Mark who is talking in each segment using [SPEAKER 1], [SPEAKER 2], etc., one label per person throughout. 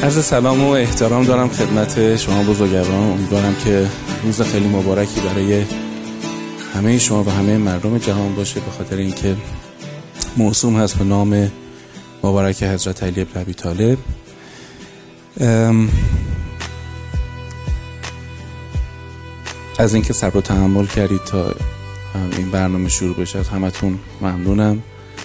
[SPEAKER 1] عرض سلام و احترام دارم خدمت شما بزرگواران. امیدوارم که روز خیلی مبارکی برای همه شما و همه مردم جهان باشه، به خاطر اینکه موسوم هست به نام مبارک حضرت علی بن ابی طالب. از اینکه صبر و تحمل کردید تا این برنامه شروع بشه از همتون ممنونم.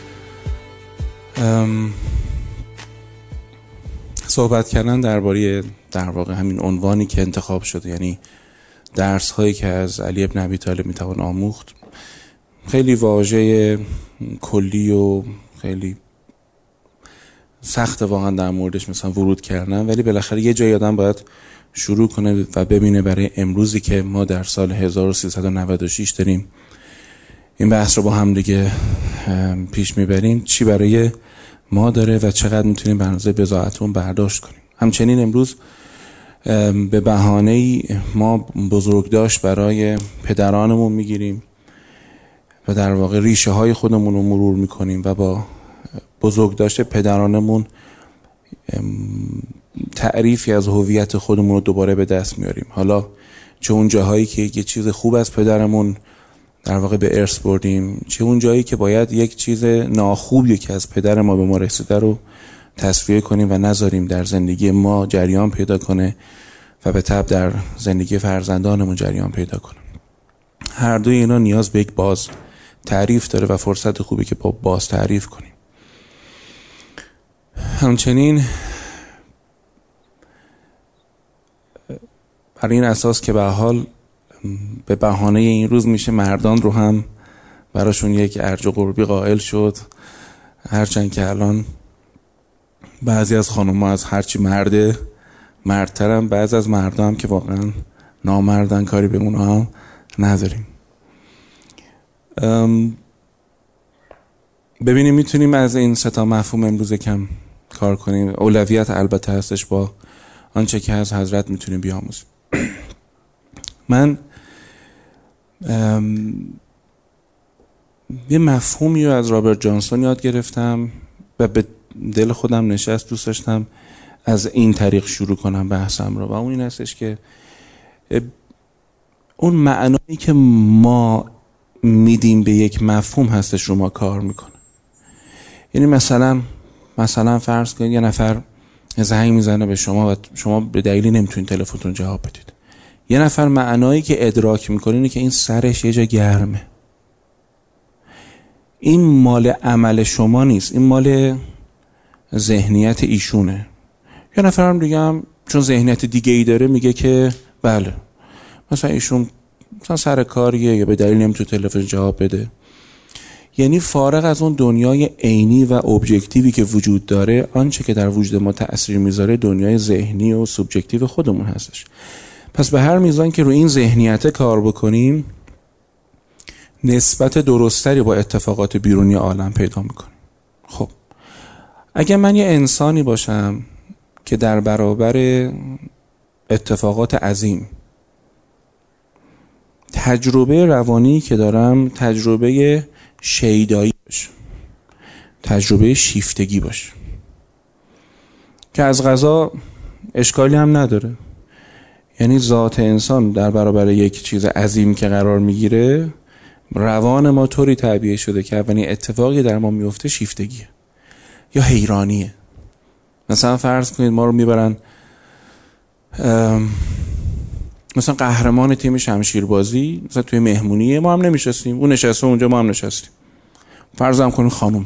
[SPEAKER 1] صحبت کردن درباره در واقع همین عنوانی که انتخاب شده، یعنی درس هایی که از علی بن ابی طالب میتوان آموخت، خیلی واژه کلی و خیلی سخت واقعا در موردش مثلا ورود کردن، ولی بالاخره یه جای آدم باید شروع کنه و ببینه برای امروزی که ما در سال 1396 داریم این بحث رو با هم دیگه پیش میبریم، چی برای ما داره و چقدر میتونیم به اندازه بضاعتون برداشت کنیم. همچنین امروز به بهانه‌ای ما بزرگداشت برای پدرانمون میگیریم و در واقع ریشه های خودمون رو مرور میکنیم و با بزرگداشت پدرانمون تعریفی از هویت خودمون رو دوباره به دست میاریم. حالا چه اون جاهایی که یه چیز خوب از پدرمون در واقع به ارث بردیم، چه اون جایی که باید یک چیز ناخوبی که از پدر ما به ما رسیده رو تصفیه کنیم و نذاریم در زندگی ما جریان پیدا کنه و به تبع در زندگی فرزندانمون جریان پیدا کنه. هر دوی اینا نیاز به یک باز تعریف داره و فرصت خوبی که با باز تعریف کنیم. همچنین برای این اساس که به حال به بهانه این روز میشه مردان رو هم براشون یک ارج و قربی قائل شد، هرچند که الان بعضی از خانوما از هرچی مردترم، بعضی از مردا هم که واقعا نامردن، کاری به اونها هم نداریم. ببینیم میتونیم از این سه تا مفهوم امروز کم کار کنیم. اولویت البته هستش با آنچه که از حضرت میتونیم بیاموزیم. من یه مفهومی رو از رابرت جانسون یاد گرفتم و به دل خودم نشست، دوست داشتم از این طریق شروع کنم بحثم رو، و اون این هستش که اون معنایی که ما میدیم به یک مفهوم هستش رو ما کار میکنه. یعنی مثلا فرض کنید یه نفر زنگ میزنه به شما و شما به دلیلی نمیتونید تلفنتون جواب بدید. یه نفر معنایی که ادراک میکنه اینه که این سرش یه جا گرمه. این مال عمل شما نیست، این مال ذهنیت ایشونه. یه نفر هم دیگه هم چون ذهنیت دیگه ای داره میگه که بله مثلا ایشون مثلا سر کاریه یا به دلیل نمیتونه تلفن جواب بده. یعنی فارغ از اون دنیای عینی و ابجکتیوی که وجود داره، آنچه که در وجود ما تأثیر میذاره دنیای ذهنی و سوبجکتیو خودمون هستش. پس به هر میزان که روی این ذهنیت کار بکنیم، نسبت درستری با اتفاقات بیرونی عالم پیدا میکنیم. خب اگه من یه انسانی باشم که در برابر اتفاقات عظیم تجربه روانی که دارم تجربه شیدایی باشه، تجربه شیفتگی باشه، که از قضا اشکالی هم نداره. یعنی ذات انسان در برابر یک چیز عظیم که قرار میگیره، روان ما طوری تعبیه شده که اولین اتفاقی در ما میفته شیفتگیه یا حیرانیه. مثلا فرض کنید ما رو میبرن مثلا قهرمان تیم شمشیربازی مثلا توی مهمونیه، ما هم نمیشستیم، اون نشسته اونجا، ما هم نشستیم، فرض هم کنید خانومه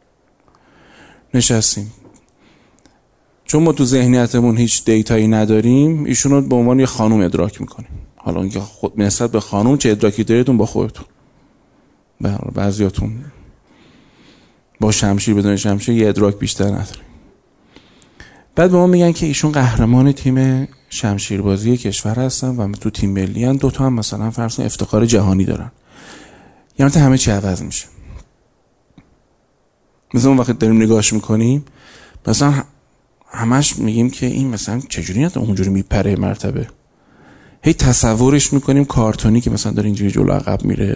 [SPEAKER 1] نشستیم، چون ما تو ذهنیتمون هیچ دیتایی نداریم ایشون رو به عنوان یه خانوم ادراک میکنیم. حالا اینکه خود نسبت به خانوم چه ادراکی داریتون با خودتون، بعضیاتون با شمشیر بدون شمشیر یه ادراک بیشتر نداریم. بعد به ما میگن که ایشون قهرمان تیم شمشیربازی کشور هستن و تو تیم ملی ان، دوتا هم مثلا فرض کن افتخار جهانی دارن. یعنی همه چی عوض میشه. مثلا اون وقت داریم نگاهش میکنیم مثلا همش میگیم که این مثلا چجوری نه اونجوری میپره مرتبه، هی تصورش میکنیم کارتونی که مثلا داره اینجوری جلو عقب میره.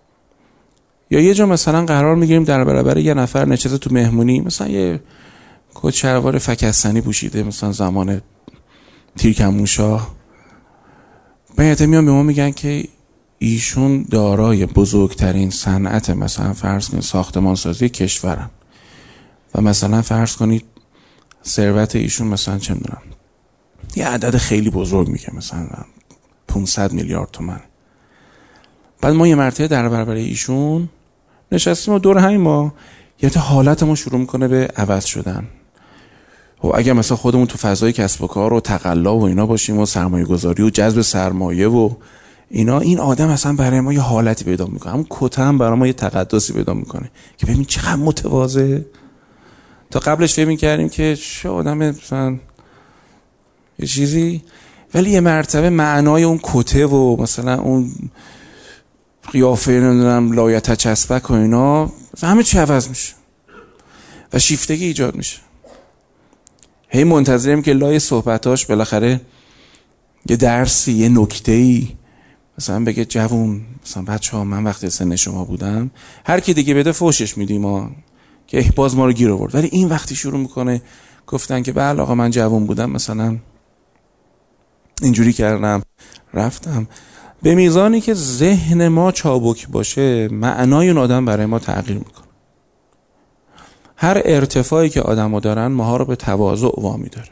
[SPEAKER 1] یا یه جا مثلا قرار میگیریم در برابر یه نفر نشسته تو مهمونی، مثلا یه کت شلوار فکستنی پوشیده مثلا زمان تیرکمونشاه. بعد میان به ما میگن که ایشون دارای بزرگترین صنعت مثلا فرض کنید ساختمانسازی کشورن و مثلا فرض کنید ثروت ایشون مثلا چه میدونم یه عدد خیلی بزرگ میگه مثلا 500 میلیارد تومان. بعد ما یه مرتبه در برابر ایشون نشستیم و دور همین ما یه حالت ما شروع میکنه به عوض شدن. و اگر مثلا خودمون تو فضای کسب و کار و تقلا و اینا باشیم و سرمایه گذاری و جذب سرمایه و اینا، این آدم اصلا برای ما یه حالتی پیدا میکنه، همون کته هم برای ما یه تقدسی پیدا میکنه که ببین چقدر متواضع. تا قبلش فکر میکردیم که چه آدم مثلا یه چیزی، ولی یه مرتبه معنای اون کته و مثلا اون قیافه نمیدونم لایتچسبک و اینا همه چی عوض میشه و شیفتگی ایجاد میشه. هی منتظریم که لای صحبتاش بالاخره یه درسی یه نکته‌ای مثلا بگه جوون مثلا بچه‌ها من وقتی سن شما بودم، هر کی دیگه بده فوشش میدیم ما که باز ما رو گیر آورد. ولی این وقتی شروع میکنه گفتن که بله آقا من جوون بودم مثلا اینجوری کردم رفتم، به میزانی که ذهن ما چابک باشه معنای اون آدم برای ما تغییر میکنه. هر ارتفاعی که آدم‌ها دارن ماها رو به تواضع وامی داره.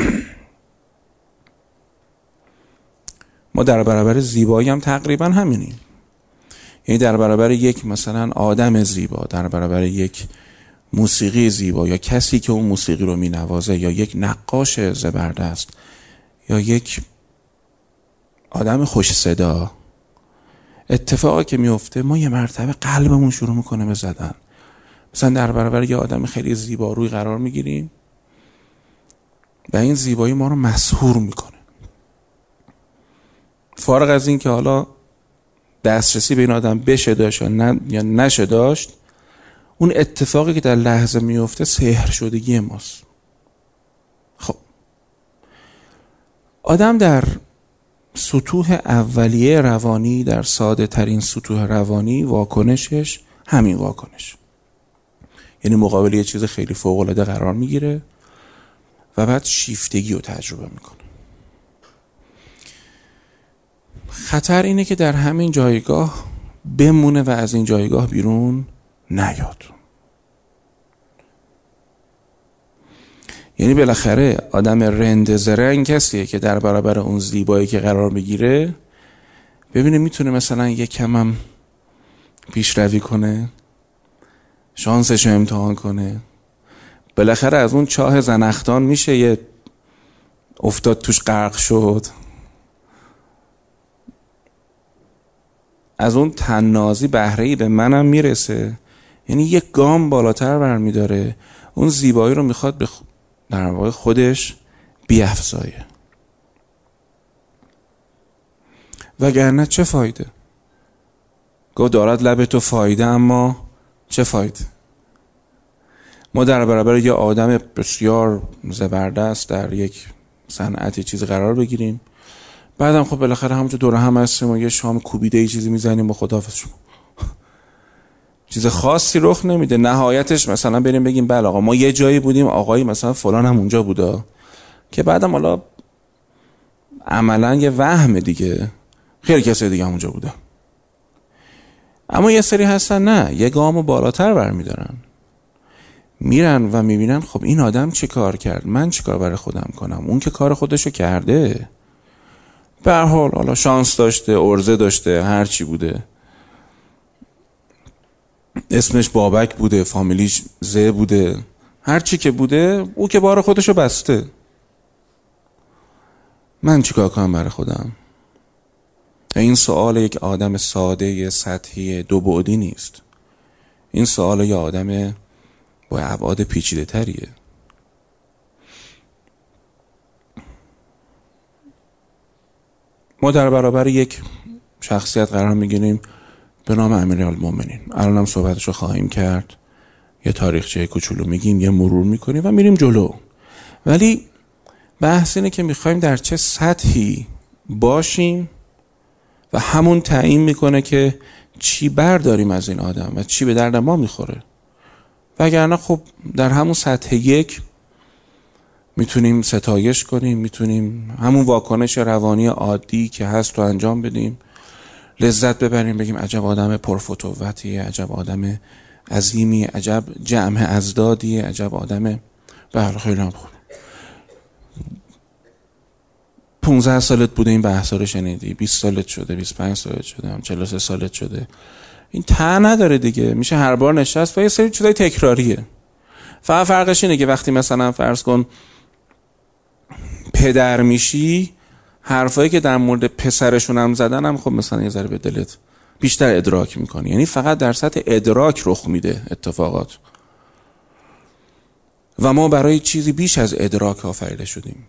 [SPEAKER 1] ما در برابر زیبایی هم تقریبا همینیم. یعنی در برابر یک مثلا آدم زیبا، در برابر یک موسیقی زیبا یا کسی که اون موسیقی رو مینوازه یا یک نقاش زبردست یا یک آدم خوش صدا، اتفاقی که میفته ما یه مرتبه قلبمون شروع میکنه به زدن. مثلا در برابر یه آدم خیلی زیباروی قرار میگیریم و این زیبایی ما رو مسحور میکنه. فارغ از این که حالا دسترسی به این آدم بشه داشت یا نشه داشت، اون اتفاقی که در لحظه میفته سحر شدگی ماست. خب آدم در سطوح اولیه روانی، در ساده ترین سطوح روانی، واکنشش همین واکنش، یعنی مقابل یه چیز خیلی فوق‌العاده قرار میگیره و بعد شیفتگی رو تجربه میکنه. خطر اینه که در همین جایگاه بمونه و از این جایگاه بیرون نیاد. یعنی بالاخره آدم رند زرنگ کسیه که در برابر اون زیبایی که قرار بگیره ببینه میتونه مثلا یک کمم پیشروی کنه، شانسش رو امتحان کنه، بالاخره از اون چاه زنخدان میشه یه افتاد توش غرق شد، از اون تنازی بهره‌ای به منم میرسه. یعنی یک گام بالاتر برمیداره، اون زیبایی رو میخواد به در واقع خودش بیافزایه. وگرنه چه فایده؟ گفت دارد لب تو فایده، اما چه فایده؟ ما در برابر یه آدم بسیار زبردست در یک صنعتی چیز قرار بگیریم، بعدم خب بالاخره همونجا دور هم هستیم و یه شام کوبیده ای چیزی میزنیم و خداحافظ شما. چیز خاصی رخ نمیده. نهایتش مثلا بریم بگیم بله آقا ما یه جایی بودیم، آقایی مثلا فلان هم اونجا بودا، که بعدم حالا عملا یه وهم دیگه، خیلی کسی دیگه هم اونجا بوده. اما یه سری هستن نه، یه گامو بالاتر برمیدارن، میرن و میبینن خب این آدم چه کار کرد، من چه کار برای خودم کنم. اون که کار خودشو کرده، به هر حال حالا شانس داشته، عرضه داشته، هر چی بوده، اسمش بابک بوده، فامیلیش ز بوده، هر چی که بوده، او که بار خودشو بسته. من چیکار کنم برای خودم؟ این سوال یک آدم ساده سطحی دو بعدی نیست. این سوال یک آدم با ابعاد پیچیده تریه. ما در برابر یک شخصیت قرار میگیریم به نام امیرالمومنین. الان هم صحبتشو خواهیم کرد، یه تاریخچه کوچولو میگیم، یه مرور میکنیم و میریم جلو. ولی بحث اینه که میخوایم در چه سطحی باشیم و همون تعیین میکنه که چی برداریم از این آدم و چی به درد ما میخوره. وگرنه خب در همون سطح یک میتونیم ستایش کنیم، میتونیم همون واکنش روانی عادی که هست رو انجام بدیم، لذت ببریم، بگیم عجب آدم پرفتووتیه، عجب آدم عظیمی، عجب جمع ازدادیه، عجب آدم بله خیلی هم خوب. 15 سالت بوده این بحثا رو شنیدی، 20 سالت شده، 25 سالت شده، 43 سالت شده، این ته نداره دیگه، میشه هر بار نشست و یه سری چیزای تکراریه. فقط فرقش اینه که وقتی مثلا فرض کن پدر میشی، حرفایی که در مورد پسرشون هم زدن هم خب مثلا یه ذره به دلت بیشتر ادراک میکنی، یعنی فقط در سطح ادراک رخ میده اتفاقات و ما برای چیزی بیش از ادراک آفریده شدیم.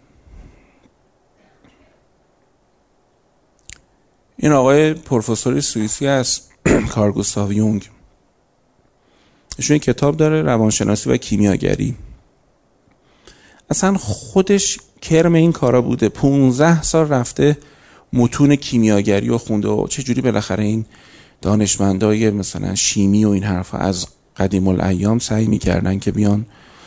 [SPEAKER 1] این آقای پروفسور سوئیسی است کارل گوستاو یونگ، ایشون کتاب داره روانشناسی و کیمیاگری. اصلا خودش کرم این کارا بوده، 15 سال رفته متون کیمیاگری رو خونده و چجوری بالاخره این دانشمندای مثلا شیمی و این حرفا از قدیم الایام سعی میکردن که بیان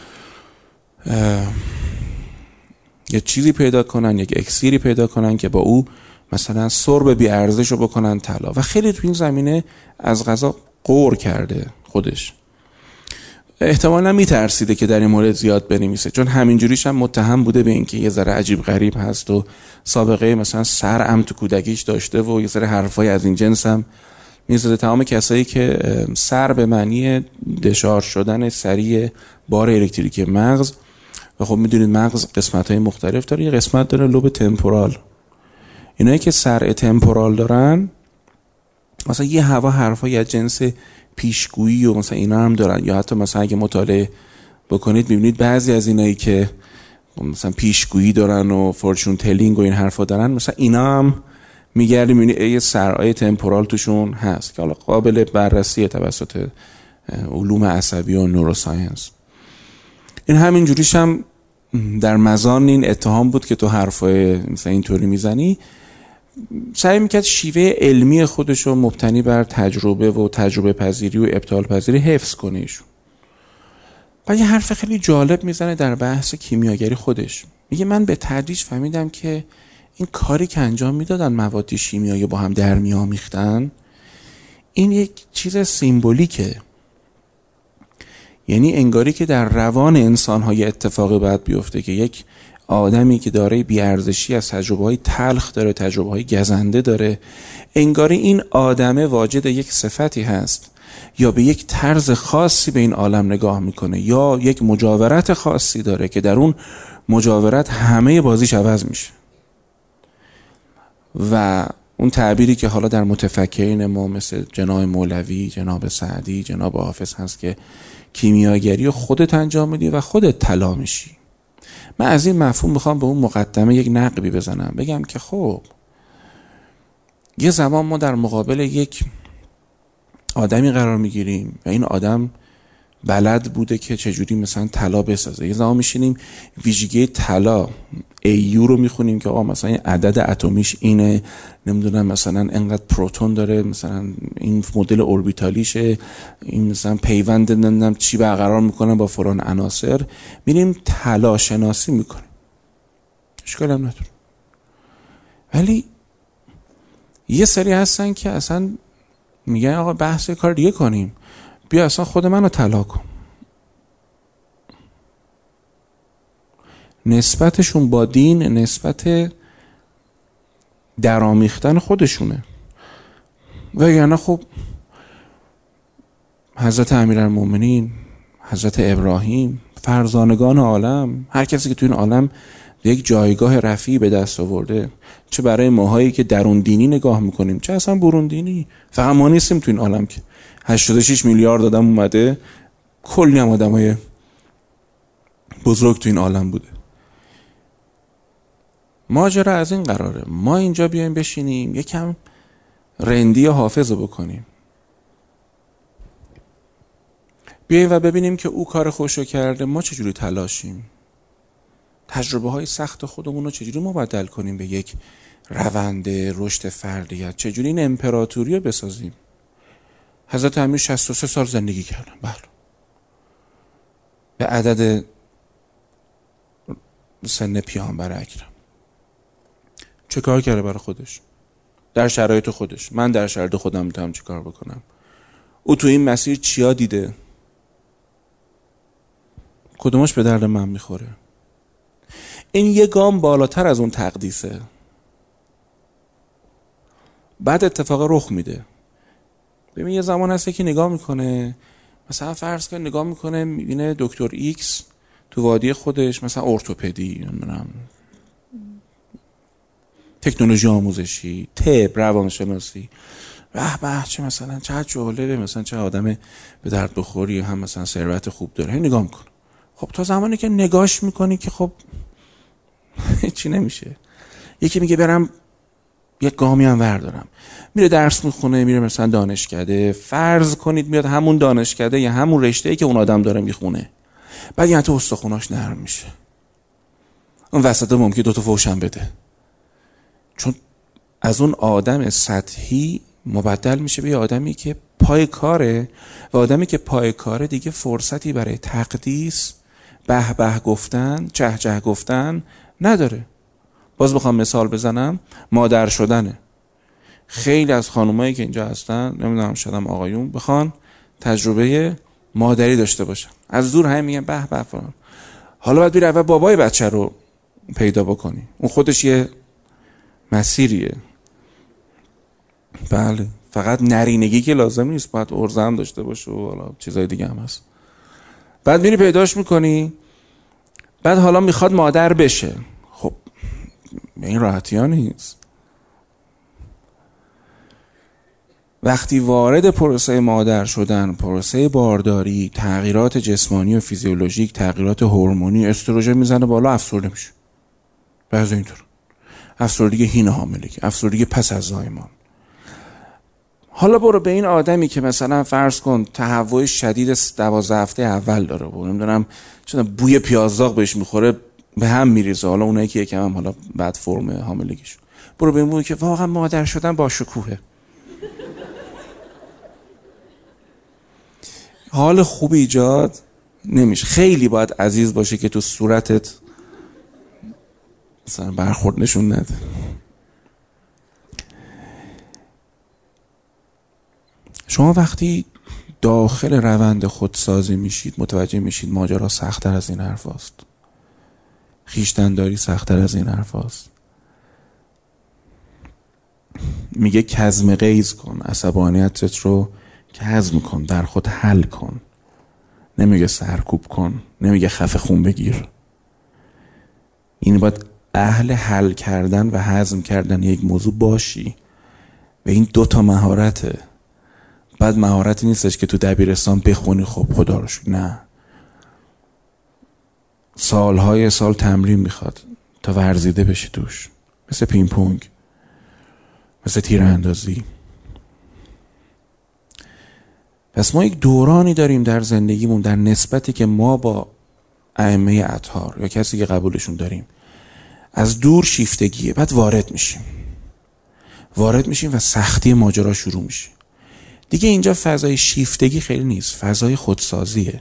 [SPEAKER 1] یه چیزی پیدا کنن، یک اکسیری پیدا کنن که با او مثلا سرب بی ارزش رو بکنن طلا، و خیلی تو این زمینه از قضا غور کرده خودش. احتمالا میترسیده که در این مورد زیاد بنویسه، چون همینجوریش هم متهم بوده به اینکه یه ذره عجیب غریب هست و سابقه مثلا سرعم تو کودکیش داشته و یه ذره حرفای از این جنس هم میزده. تمام کسایی که سر به معنی دشارژ شدن سریع بار الکتریکی مغز، و خب میدونید مغز قسمت‌های مختلف داره، یه قسمت داره لوب تمپورال، اینایی که سرع تمپورال دارن مثلا یه هوا حرفای از جنس پیشگویی و مثلا اینا هم دارن، یا حتی مثلا اگه مطالعه بکنید میبینید بعضی از اینایی که مثلا پیشگویی دارن و فورچون تلینگ و این حرفا دارن، مثلا اینا هم میگردی میبینید یه سرعای تمپورال توشون هست که حالا قابل بررسی توسط علوم عصبی و نوروساینس. این همین جوریش هم در مزان این اتهام بود که تو حرفای مثلا اینطوری میزنی، سعی میکرد شیوه علمی خودشو مبتنی بر تجربه و تجربه پذیری و ابطال پذیری حفظ کنیشون. و یه حرف خیلی جالب میزنه در بحث کیمیاگری خودش، میگه من به تدریج فهمیدم که این کاری که انجام میدادن مواد شیمیایی با هم در میامیختن، این یک چیز سیمبولیکه، یعنی انگاری که در روان انسان‌های اتفاقی باید بیفته که یک آدمی که دارای بی‌ارزشی از تجربه‌های تلخ داره، تجربه‌های گزنده داره، انگاری این آدمه واجد یک صفتی هست یا به یک طرز خاصی به این عالم نگاه میکنه، یا یک مجاورت خاصی داره که در اون مجاورت همه بازیش عوض میشه. و اون تعبیری که حالا در متفکرین ما مثل جناب مولوی، جناب سعدی، جناب حافظ هست که کیمیاگری رو خودت انجام میدی و خودت طلا میشی. من از این مفهوم میخوام به اون مقدمه یک نقبی بزنم، بگم که خب یه زمان ما در مقابل یک آدمی قرار میگیریم و این آدم بلد بوده که چجوری مثلا طلا بسازه. یه زمان میشینیم ویژگی طلا AU رو میخونیم که آقا مثلا این عدد اتمیش اینه، نمیدونم مثلا انقدر پروتون داره، مثلا این مدل اوربیتالیشه، این مثلا پیوند نمیدونم چی برقرار میکنه با فلان عناصر، میریم طلا شناسی میکنیم، اشکال هم نداره. ولی یه سری هستن که اصلا میگن آقا بحث کار دیگه کنیم، بیا اصلا خود منو طلا کن. نسبتشون با دین نسبت درامیختن خودشونه. و یعنی خب حضرت امیرالمومنین، حضرت ابراهیم، فرزانگان عالم، هر کسی که تو این عالم یک جایگاه رفیعی به دست آورده، چه برای ماهایی که درون دینی نگاه میکنیم چه اصلا برون دینی، فقط ما نیستیم تو این عالم که 86 میلیارد آدم اومده، کلی هم آدمای بزرگ تو این عالم بوده. ماجرا از این قراره ما اینجا بیایم بشینیم یکم رندی حافظ رو بکنیم، بیاییم و ببینیم که او کار خوشو کرده، ما چجوری تلاشیم، تجربه های سخت خودمون رو چجوری مبدل کنیم به یک روند رشد فردیت، چجوری این امپراتوری رو بسازیم. حضرت امیر 63 سال زندگی کردن، بله، به عدد سن پیامبر اکرم. چه کار کرده برای خودش در شرایط خودش؟ من در شرایط خودم میتونم چه کار بکنم؟ او تو این مسیر چیا دیده؟ کدومش به درد من میخوره؟ این یه گام بالاتر از اون تقدیسه. بعد اتفاق رخ میده. ببین یه زمان هست که نگاه میکنه، مثلا فرض کن نگاه میکنه میبینه دکتر ایکس تو وادی خودش مثلا ارتوپدی، نمیدونم تکنولوژی آموزشی، طب، روانشناسی، به چه مثلا چه جالبه، مثلا چه آدم به درد بخوری، هم مثلا ثروت خوب داره. نگاه میکنه. خب تا زمانی که نگاش میکنی که خب چی نمیشه. یکی میگه برم یک گامی هم وردارم، میره درس میخونه، میره مثلا دانشکده، فرض کنید میاد همون دانشکده یا همون رشته‌ای که اون آدم داره میخونه، بعد یعنی تو استخوناش نرم میشه. اون وسط ممکنه 2 تا فوشم بده، چون از اون آدم سطحی مبدل میشه به آدمی که پای کاره، و آدمی که پای کاره دیگه فرصتی برای تقدیس، به به گفتن، چه چه گفتن نداره. باز بخوام مثال بزنم، مادر شدنه. خیلی از خانومایی که اینجا هستن، نمیدونم شاید هم آقایون، بخوان تجربه مادری داشته باشن، از دور همین میگن به به فلان. حالا باید بری اول بابای بچه رو پیدا بکنی، اون خودش یه مسیریه. بله، فقط نرینگی که لازم نیست، باید عرضه هم داشته باشه و حالا چیزای دیگه هم هست. بعد میری پیداش میکنی، بعد حالا میخواد مادر بشه. خب به این راحتی ها نیست. وقتی وارد پروسه مادر شدن، پروسه بارداری، تغییرات جسمانی و فیزیولوژیک، تغییرات هورمونی، استروژن میزنه بالا، افسرده میشه. بعضی اینطور افسردگی هین حاملگی، افسردگی پس از زایمان. حالا برو به این آدمی که مثلا فرض کن تهوع شدید 12 هفته اول داره و نمیدونم چون بوی پیازداغ بهش میخوره به هم میریزه، حالا اونایی که یکم هم حالا بعد فرم حاملگیشون، برو به اون که واقعا مادر شدن با شکوهه، حال خوب ایجاد نمیشه. خیلی باید عزیز باشه که تو صورتت مثلا برخورد نشون نده. شما وقتی داخل روند خودسازی میشید متوجه میشید ماجرا سخت‌تر از این حرف هست. خویشتن‌داری سخت‌تر از این حرف هست. میگه کظم غیظ کن، عصبانیتت رو کظم کن، در خود حل کن. نمیگه سرکوب کن، نمیگه خفه خون بگیر. این باید اهل حل کردن و هضم کردن یک موضوع باشی و این 2 مهارته. بعد مهارتی نیستش که تو دبیرستان بخونی خب خدا رو شکر، نه، سالهای سال تمرین میخواد تا ورزیده بشی توش، مثل پینگ پونگ، مثل تیراندازی. پس ما یک دورانی داریم در زندگیمون در نسبتی که ما با ائمه اطهار یا کسی که قبولشون داریم از دور شیفتگیه، بعد وارد میشیم و سختی ماجرا شروع میشه. دیگه اینجا فضای شیفتگی خیلی نیست، فضای خودسازیه.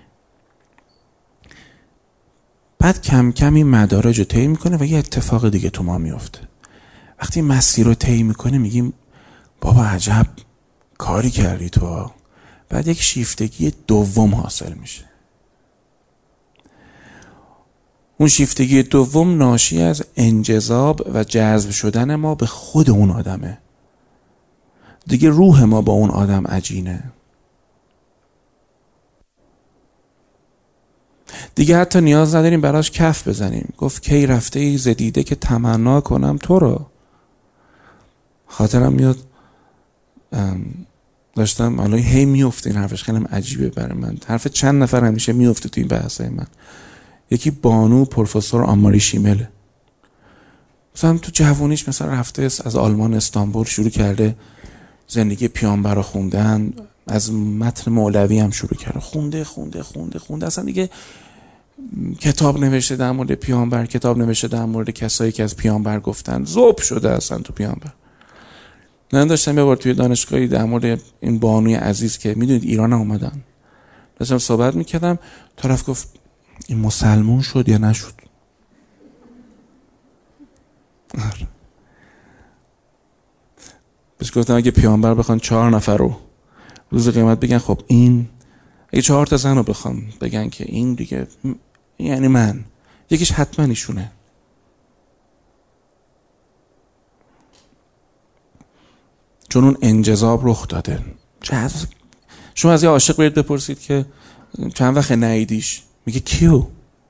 [SPEAKER 1] بعد کم کم این مدارج رو طی میکنه و یه اتفاق دیگه تو ما میفته. وقتی مسیر رو طی میکنه میگیم بابا عجب کاری کردی تو. بعد یک شیفتگی دوم حاصل میشه. اون شیفتگی دوم ناشی از انجذاب و جذب شدن ما به خود اون آدمه. دیگه روح ما با اون آدم عجینه. دیگه حتی نیاز نداریم براش کف بزنیم. گفت کی رفته ای زدیده که تمنا کنم تو رو. خاطرم میاد داشتم حالا هی میفته این حرفش، خیلی عجیبه برای من. حرف چند نفر همیشه میفته تو این بحثای من. یکی بانو پروفسور آماری شیمله، مثلا تو جوونیش مثلا رفته از آلمان استانبول شروع کرده زندگی پیامبر رو خوندن، از متن مولوی هم شروع کرده، خونده اصلا دیگه کتاب نوشته در مورد پیامبر، کتاب نوشته در مورد کسایی که از پیامبر گفتن، ذوب شده اصلا تو پیامبر. من داشتم یه بار توی دانشگاهی در مورد این بانوی عزیز که میدونید ایران اومدن داشتم صحبت میکردم، طرف گفت این مسلمون شد یا نشد؟ بهش گفتم اگه پیامبر بخوان 4 نفر رو روز قیامت بگن خب این، اگه 4 تا زن رو بخوام بگن که این دیگه یعنی من، یکیش حتما ایشونه. چون اون انجذاب رخ داده. شما از یه عاشق برید بپرسید که چند وقت ندیدیش، میگه کیو؟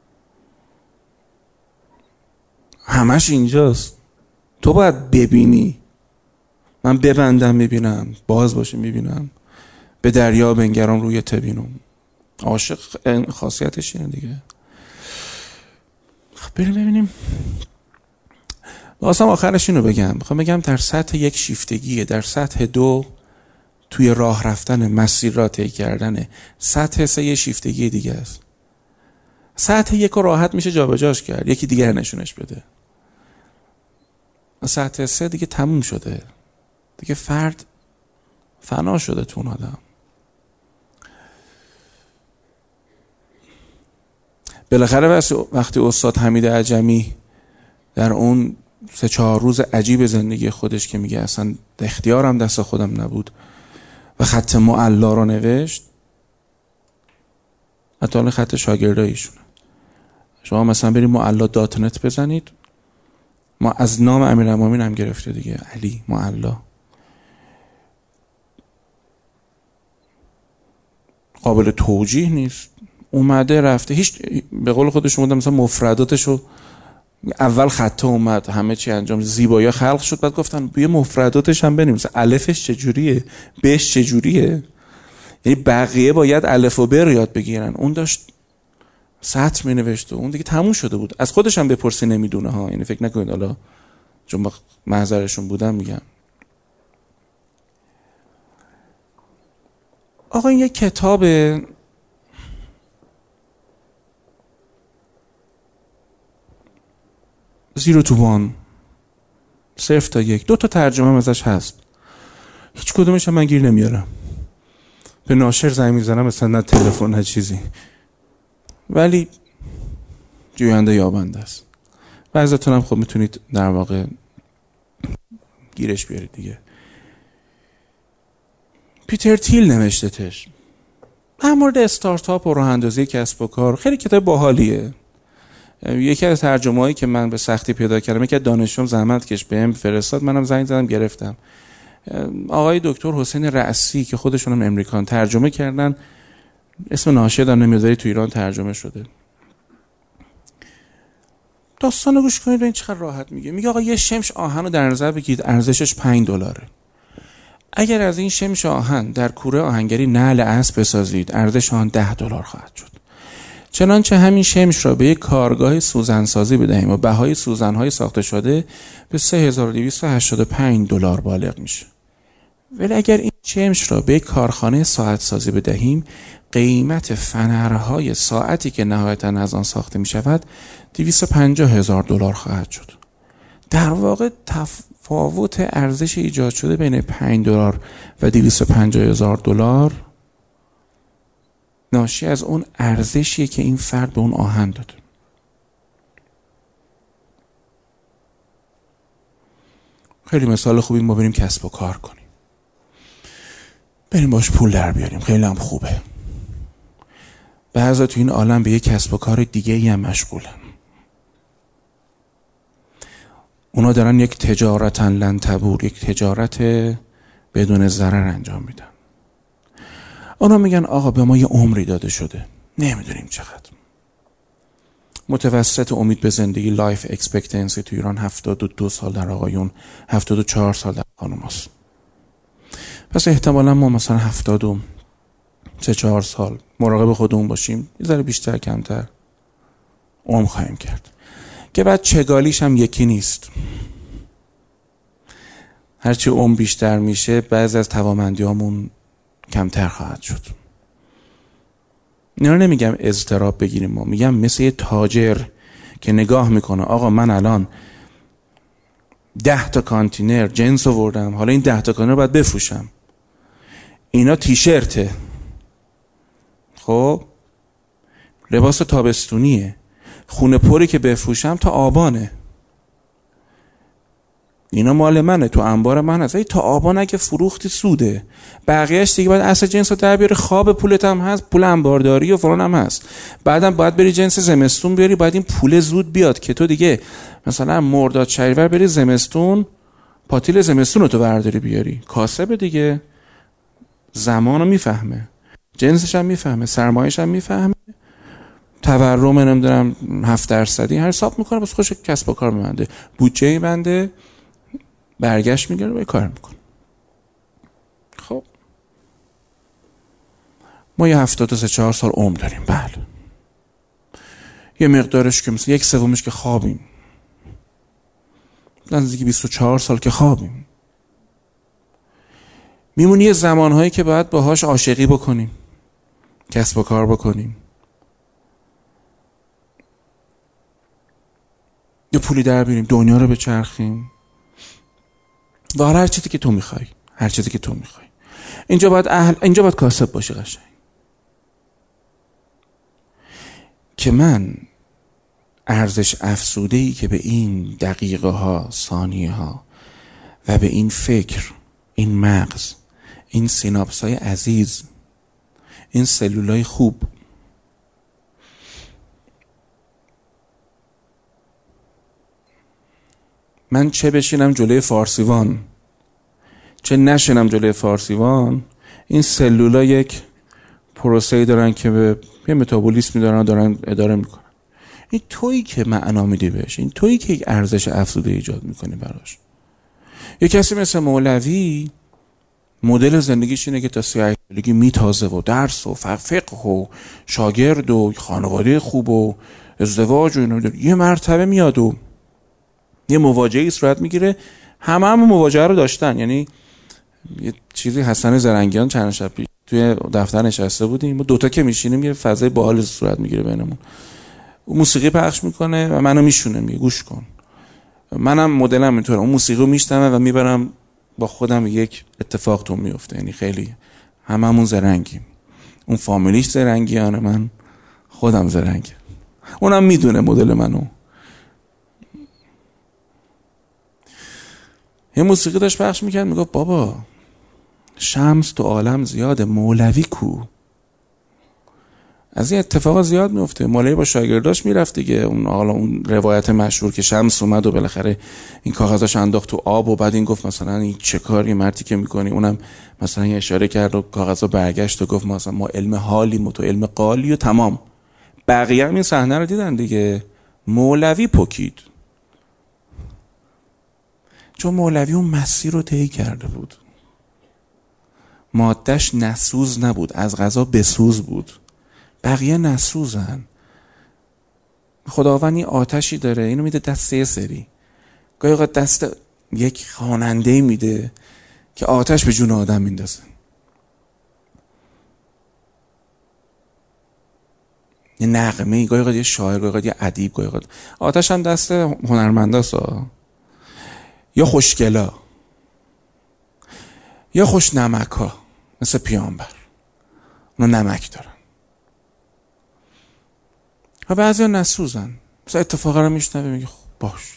[SPEAKER 1] همش اینجاست. تو باید ببینی. من ببندم میبینم، باز باشه میبینم، به دریا بنگرم روی تبینم. عاشق خاصیتش اینه دیگه. خب بریم ببینیم. واسم آخرش اینو بگم، میخوام بگم در سطح 1 شیفتگیه، در سطح 2 توی راه رفتن، مسیر را طی کردن، سطح 3 یه شیفتگی دیگه است. سطح 1 رو راحت میشه جابجاش کرد، یکی دیگر نشونش بده. سطح 3 دیگه تموم شده، دیگه فرد فنا شده تو اون آدم. بالاخره وقتی استاد حمید عجمی در اون 3-4 روز عجیب زندگی خودش که میگه اصلا اختیارم دست خودم نبود و خط معلا رو نوشت، حتی خط شاگردایشونه. شما مثلا برید معلا.net بزنید، ما از نام امیرالمومنین هم گرفته دیگه، علی معلا. قابل توجیه نیست، اومده رفته، هیچ به قول خودش اومده مثلا مفرداتشو اول خطه اومد، همه چی انجام، زیبایی خلق شد، بعد گفتن بیا مفرداتش هم بنویس، الفش چجوریه، بش چجوریه. یعنی بقیه باید الف و ب رو یاد بگیرن، اون داشت سطر می نوشت و اون دیگه تموم شده بود. از خودش هم بپرسی نمیدونه ها، یعنی فکر نکنید حالا چون محضرشون بودم میگم. آقا این یک کتاب 0 to 1 0 تا 1، 2 تا ترجمه هم ازش هست، هیچ کدومش هم من گیر نمیارم. به ناشر زنگ میزنم مثلا نه تلفن نه چیزی، ولی جوینده یابنده است. بعضیتون هم خب میتونید در واقع گیرش بیارید دیگه. پیتر تیل نوشته‌تش در مورد استارتاپ و راه اندازی کسب و کار، خیلی کتاب باحالیه. یکی از ترجمه‌هایی که من به سختی پیدا کردم، یکی از دانشجوام زحمت کش بهم فرستاد، منم زنگ زدم گرفتم. آقای دکتر حسین رأسی که خودشون هم امریکان ترجمه کردن، اسم ناشر هم نمیاد، تو ایران ترجمه شده. داستانو گوش کنید ببین چقدر راحت میگه. میگه آقا یه شمش آهن رو در نظر بگیرید، ارزشش $5. اگر از این شمش آهن در کوره آهنگری نعل اسب بسازید، ارزش آن $10 خواهد شد. چنانچه همین شمش را به یک کارگاه سوزنسازی بدهیم و بهای سوزن‌های ساخته شده به $3285 بالغ میشه. ولی اگر این شمش را به یک کارخانه ساعت سازی بدهیم، قیمت فنرهای ساعتی که نهایتاً از آن ساخته می شود $250,000 خواهد شد. در واقع تفاوت ارزش ایجاد شده بین $5 و $250,000 ناشی از اون ارزشیه که این فرد به اون آهن داده. خیلی مثال خوبی ما بریم کسب و کار کنیم، بریم باش پول در بیاریم، خیلی هم خوبه. بعضا تو این عالم به یک کسب و کار دیگه ای هم مشغولن. اونا دارن یک تجارتا لن تبور، یک تجارت بدون ضرر انجام میدن. اونا میگن آقا به ما یه عمری داده شده، نمیدونیم چقدر. متوسط امید به زندگی لایف اکسپکتنسی تو ایران 72 سال در آقایون، 74 سال در خانوماست. پس احتمالا ما مثلا 73-4 سال مراقب خودمون باشیم، یه ذره بیشتر کمتر عمر خواهیم کرد که بعد چگالیش هم یکی نیست. هرچی عمر بیشتر میشه بعضی از توانمندیامون کمتر خواهد شد. اینا نمیگم اضطراب بگیریم، ما میگم مثل یه تاجر که نگاه میکنه آقا من الان 10 تا کانتینر جنس آوردم، حالا این 10 تا کانتینر باید بفروشم. اینا تیشرته، خب لباس تابستونیه، خونه پری که بفروشم تا آبانه. اینا مال منه، تو انبار من هست. تا آبان اگه فروختی سوده، بقیهش دیگه باید اصل جنس رو در بیاری. خواب پولت هم هست، پول انبارداری و فلان هم هست. بعدم باید بری جنس زمستون بیاری، باید این پول زود بیاد که تو دیگه مثلا مرداد شهریور بری زمستون، پاتیل زمستون رو تو برداری بیاری. کاسب دیگه زمان رو میفهمه، جنسش هم میفهمه، سرمایش هم میفهمه، تورم نمیدونم 7% هر حساب میکنه، بس خوش کسب و کار میبنده، بودجه بنده، برگشت میگیره و کار میکنه. خب ما یه 73-4 سال عمر داریم. بله، یه مقدارش که مثلا 1/3 که خوابیم، نزدیک 24 سال که خوابیم. میمونی یه زمانهایی که باید باهاش عاشقی بکنیم، کسب و کار بکنیم، یه پولی در بیاریم، دنیا رو بچرخیم و هر چیزی که تو میخوای، هر چیزی که تو میخوای. اینجا باید کاسب باشی قشنگ، که من ارزش افزوده‌ای که به این دقیقه ها، ثانیه ها و به این فکر، این مغز، این سیناپس های عزیز، این سلولای خوب، من چه بشینم جلوی فارسیوان چه نشینم جلوی فارسیوان، این سلولا یک پروسه‌ای دارن که به یه متابولیسمی دارن اداره میکنن. این تویی که معنا میدی بهش، این تویی که یک ارزش افزوده ایجاد میکنی براش. یه کسی مثل مولوی مدل زندگیش اینه که تا 38 سالگی میتازه و درس و فقه و شاگرد و خانواده خوب و ازدواج و اینا، یه مرتبه میاد و یه مواجهه‌ای صورت میگیره. همه مواجهه رو داشتن. یعنی یه چیزی حسن زرنگیان چند شب پیش توی دفتر نشسته بودیم، ما دوتا که میشینیم یه فضای باحال صورت میگیره بینمون. اون موسیقی پخش میکنه و منو میشونه، میگه گوش کن. منم مدلم اینطوره، اون موسیقی رو میشنوم و میبرم با خودم یک اتفاق تو میفته. یعنی خیلی هممون زرنگیم، اون فامیلیش زرنگیانه، من خودم زرنگم، اونم میدونه مدل منو. یه موسیقی داشت پخش میکرد، میگفت بابا شمس تو عالم زیاده، مولوی کو؟ از این اتفاقا زیاد میفته. مولوی با شاگرداش میرفت دیگه، اون روایت مشهور که شمس اومد و بالاخره این کاغذاش انداخت تو آب و بعد این گفت مثلا این چه کاری مردی که میکنی، اونم مثلا یه اشاره کرد و کاغذا برگشت و گفت مثلا ما علم حالیم و تو علم قالی و تمام. بقیه هم این صحنه رو دیدن دیگه. مولوی پکید، چون مولوی اون مسیر رو طی کرده بود، مادهش نسوز نبود، از قضا بسوز بود. بقیه نسوزن. خداوند این آتشی داره، اینو میده دست یه سری، گاهی اوقات دست یک خواننده میده که آتش به جون آدم میندازه. یه نغمه، گاهی اوقات یه شاعر، گاهی اوقات یه ادیب، گاهی اوقات آتش هم دست هنرمنداست، یا خوشگلا یا خوش نمکا، مثل پیامبر، اونا نمک دارن و بعضی ها نسوزن. مثلا اتفاقا رو میشنوه میگه خب باش،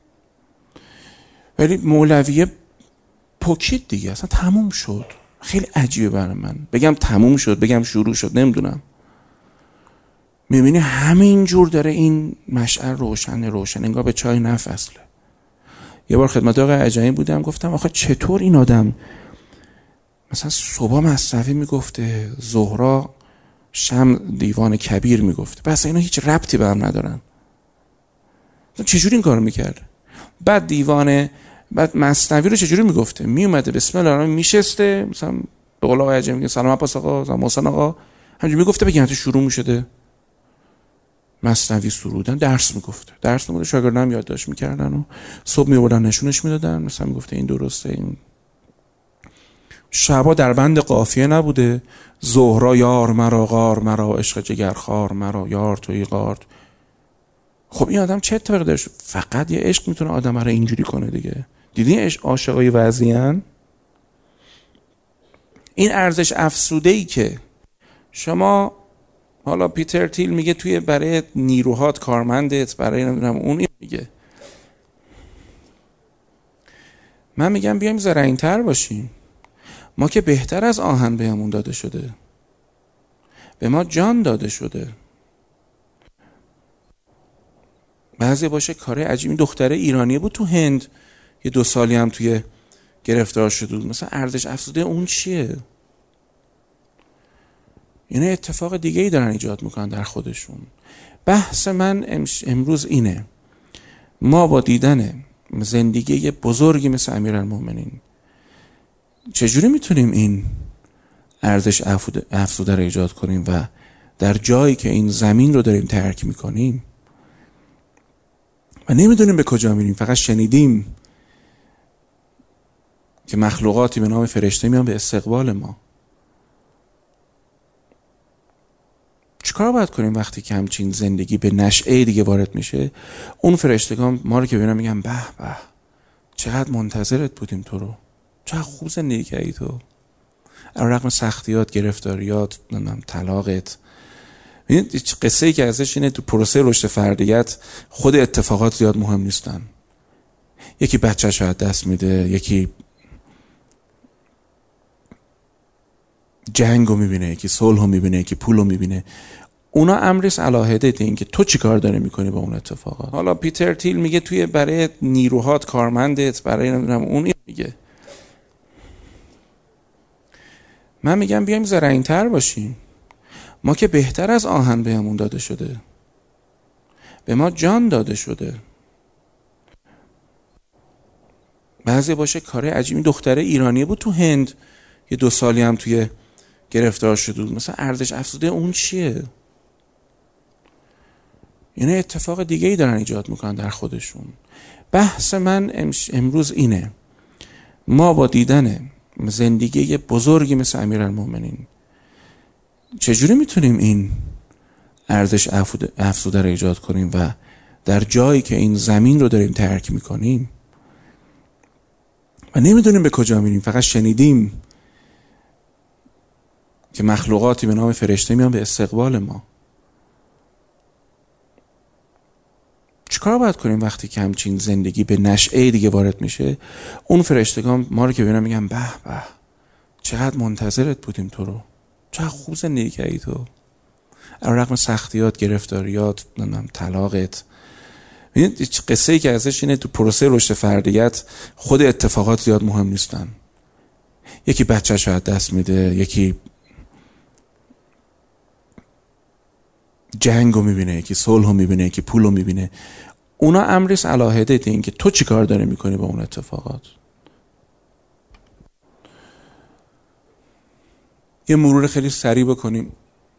[SPEAKER 1] ولی مولویه پکید دیگه، اصلا تموم شد. خیلی عجیبه برای من بگم تموم شد، بگم شروع شد، نمیدونم. میبینی همین جور داره این مشعل روشن انگار به چای نفصله. یه بار خدمت آقای عجمی بودم، گفتم آخه چطور این آدم مثلا صبح مصنوی میگفته، ظهرا شم دیوان کبیر میگفته، بس اینا هیچ ربطی به هم ندارن، چجوری این کارو میکرده؟ بعد مصنوی رو چجوری میگفته؟ میومده بسم الله الرحمن میشسته، مثلا به قول آقای عجمی میگه سلام عباس آقا، سلام محسن آقا، همینجوری میگفته بگیم تو شروع میشده. مصنوی سرودن، درس میگفته، شاگردان یادداشت میکردن و صبح میبردن نشونش میدادن، مثلا میگفته این درسته، این شبا در بند قافیه نبوده، زهرا یار مرا غار مرا، عشق جگر خار مرا، یار توی غار. خب این آدم چه اتفاقی داشت؟ فقط یه عشق میتونه آدم رو اینجوری کنه دیگه. دیدین عاشقای وضعیان؟ این ارزش افزوده‌ای که شما، حالا پیتر تیل میگه توی برای نیروهات، کارمندت، برای نمیدونم اون میگه من میگم بیایم زرنگ‌تر باشیم. ما که بهتر از آهن بهمون داده شده، به ما جان داده شده. بعضی باشه کار عجیبی. دختره ایرانی بود تو هند، یه 2 سالی هم توی گرفتار شده بود. مثلا ارزش افزوده اون چیه؟ یعنی اتفاق دیگه ای دارن ایجاد میکنن در خودشون. بحث من امروز اینه: ما با دیدن زندگی بزرگی مثل امیرالمومنین چجوری میتونیم این ارزش افزوده رو ایجاد کنیم و در جایی که این زمین رو داریم ترک میکنیم و نمیدونیم به کجا میریم، فقط شنیدیم که مخلوقاتی به نام فرشته میان به استقبال ما. چیکار باید کنیم وقتی که همچین زندگی به نشعه دیگه وارد میشه؟ اون فرشتگان ما رو که ببینن میگن به به چقدر منتظرت بودیم تو رو، چقدر خوب زندگی کردی تو، رغم سختیات، گرفتاریات، طلاقت. قصه ای که ازش اینه تو پروسه رشد فردیت خود اتفاقات زیاد مهم نیستن. یکی بچه‌ش از دست میده، یکی جنگو میبینه، یکی صلحو میبینه، یکی پولو میبینه. اونا امرش علاهده این که تو چی کار داری میکنی با اون اتفاقات. حالا پیتر تیل میگه توی برای نیروهات کارمندت، برای نمیدونم اون میگه. من میگم بیایم زرنگ‌تر باشیم. ما که بهتر از آهن بهمون داده شده، به ما جان داده شده. بعضی باشه کار عجیبی. دختره ایرانی بود تو هند، یه 2 سالی هم توی گرفتار شده بود. مثلا ارزش افزوده اون چیه؟ یعنی اتفاق دیگه ای دارن ایجاد میکنن در خودشون. بحث من امروز اینه: ما با دیدن زندگی بزرگی مثل امیرالمومنین چجوری میتونیم این ارزش افزوده رو ایجاد کنیم و در جایی که این زمین رو داریم ترک میکنیم و نمیدونیم به کجا میریم، فقط شنیدیم که مخلوقاتی به نام فرشته میان به استقبال ما. چیکار باید کنیم وقتی که همچین زندگی به نشعه دیگه وارد میشه؟ اون فرشتگان ما رو که ببینن میگن به به چقدر منتظرت بودیم تو رو، چقدر خوب زندگی کردی تو، رغم سختیات، گرفتاریات، طلاقت. قصه ای که ازش اینه تو پروسه رشد فردیت خود اتفاقات زیاد مهم نیستن. یکی بچه‌ش از دست میده، یکی جنگو میبینه، یکی صلحو میبینه، یکی پولو میبینه. اونا امرش علاهده این که تو چی کار داری میکنی با اون اتفاقات. یه مرور خیلی سریع بکنیم.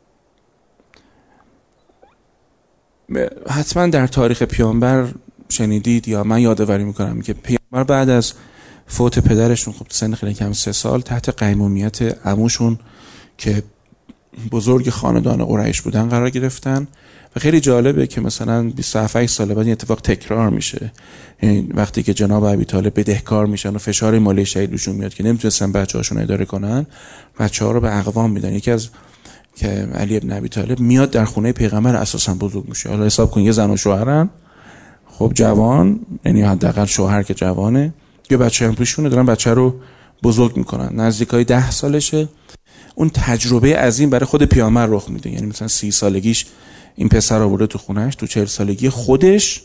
[SPEAKER 1] حتما در تاریخ پیامبر شنیدید یا من یادآوری میکنم که پیامبر بعد از فوت پدرشون، خب سن خیلی کم 3 سال، تحت قیمومیت عموشون که بزرگ خاندان قریش بودن قرار گرفتن. و خیلی جالبه که مثلا 27 سال بعد این اتفاق تکرار میشه. یعنی وقتی که جناب ابی طالب بدهکار میشن و فشار مالی شدید روشون میاد که نمیتونستن بچه‌هاشون اداره کنن، بچه‌ها رو به اقوام میدن. یکی از که علی ابن ابی طالب میاد در خونه پیغمبر اساسا بزرگ میشه. حالا حساب کن یه زن و شوهرن، خب جوان، یعنی حداقل شوهر که جوانه، یه بچه هم پیشونه، دارن بچه رو بزرگ میکنن. نزدیکای 10 سالشه. اون تجربه عظیم برای خود پیامبر رخ میده. یعنی مثلا 30 سالگیش این پسر آورده تو خونهش، تو 40 سالگی خودش.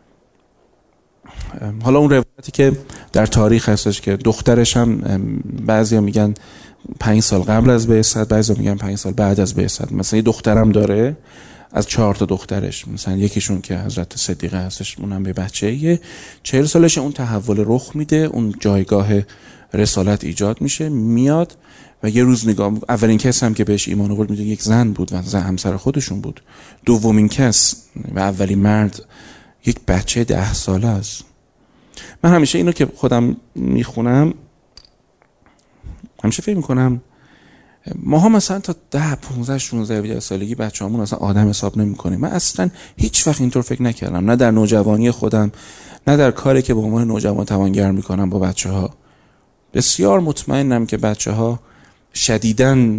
[SPEAKER 1] حالا اون روایتی که در تاریخ هستش که دخترش هم بعضیا میگن 5 سال قبل از بعثت، بعضیا میگن 5 سال بعد از بعثت. مثلا یه دخترم داره از 4 تا دخترش، مثلا یکیشون که حضرت صدیقه هستش، اونم به بچه‌ایه 40 سالشه. اون تحول رخ میده، اون جایگاه رسالت ایجاد میشه، میاد و یه روز نگاه، اولین کس هم که بهش ایمان آورد میدونی یک زن بود و زن همسر خودشون بود. دومین کس و اولین مرد یک بچه 10 ساله است. من همیشه اینو که خودم میخونم همیشه فکر میکنم ماها مثلا تا 10 15 16 سالگی بچه‌هامون اصلا آدم حساب نمی‌کنیم. من اصلا هیچ وقت اینطور فکر نکردم، نه در نوجوانی خودم، نه در کاری که با عنوان نوجوان توانگر میکنم با بچه‌ها. بسیار مطمئنم که بچه‌ها شدیداً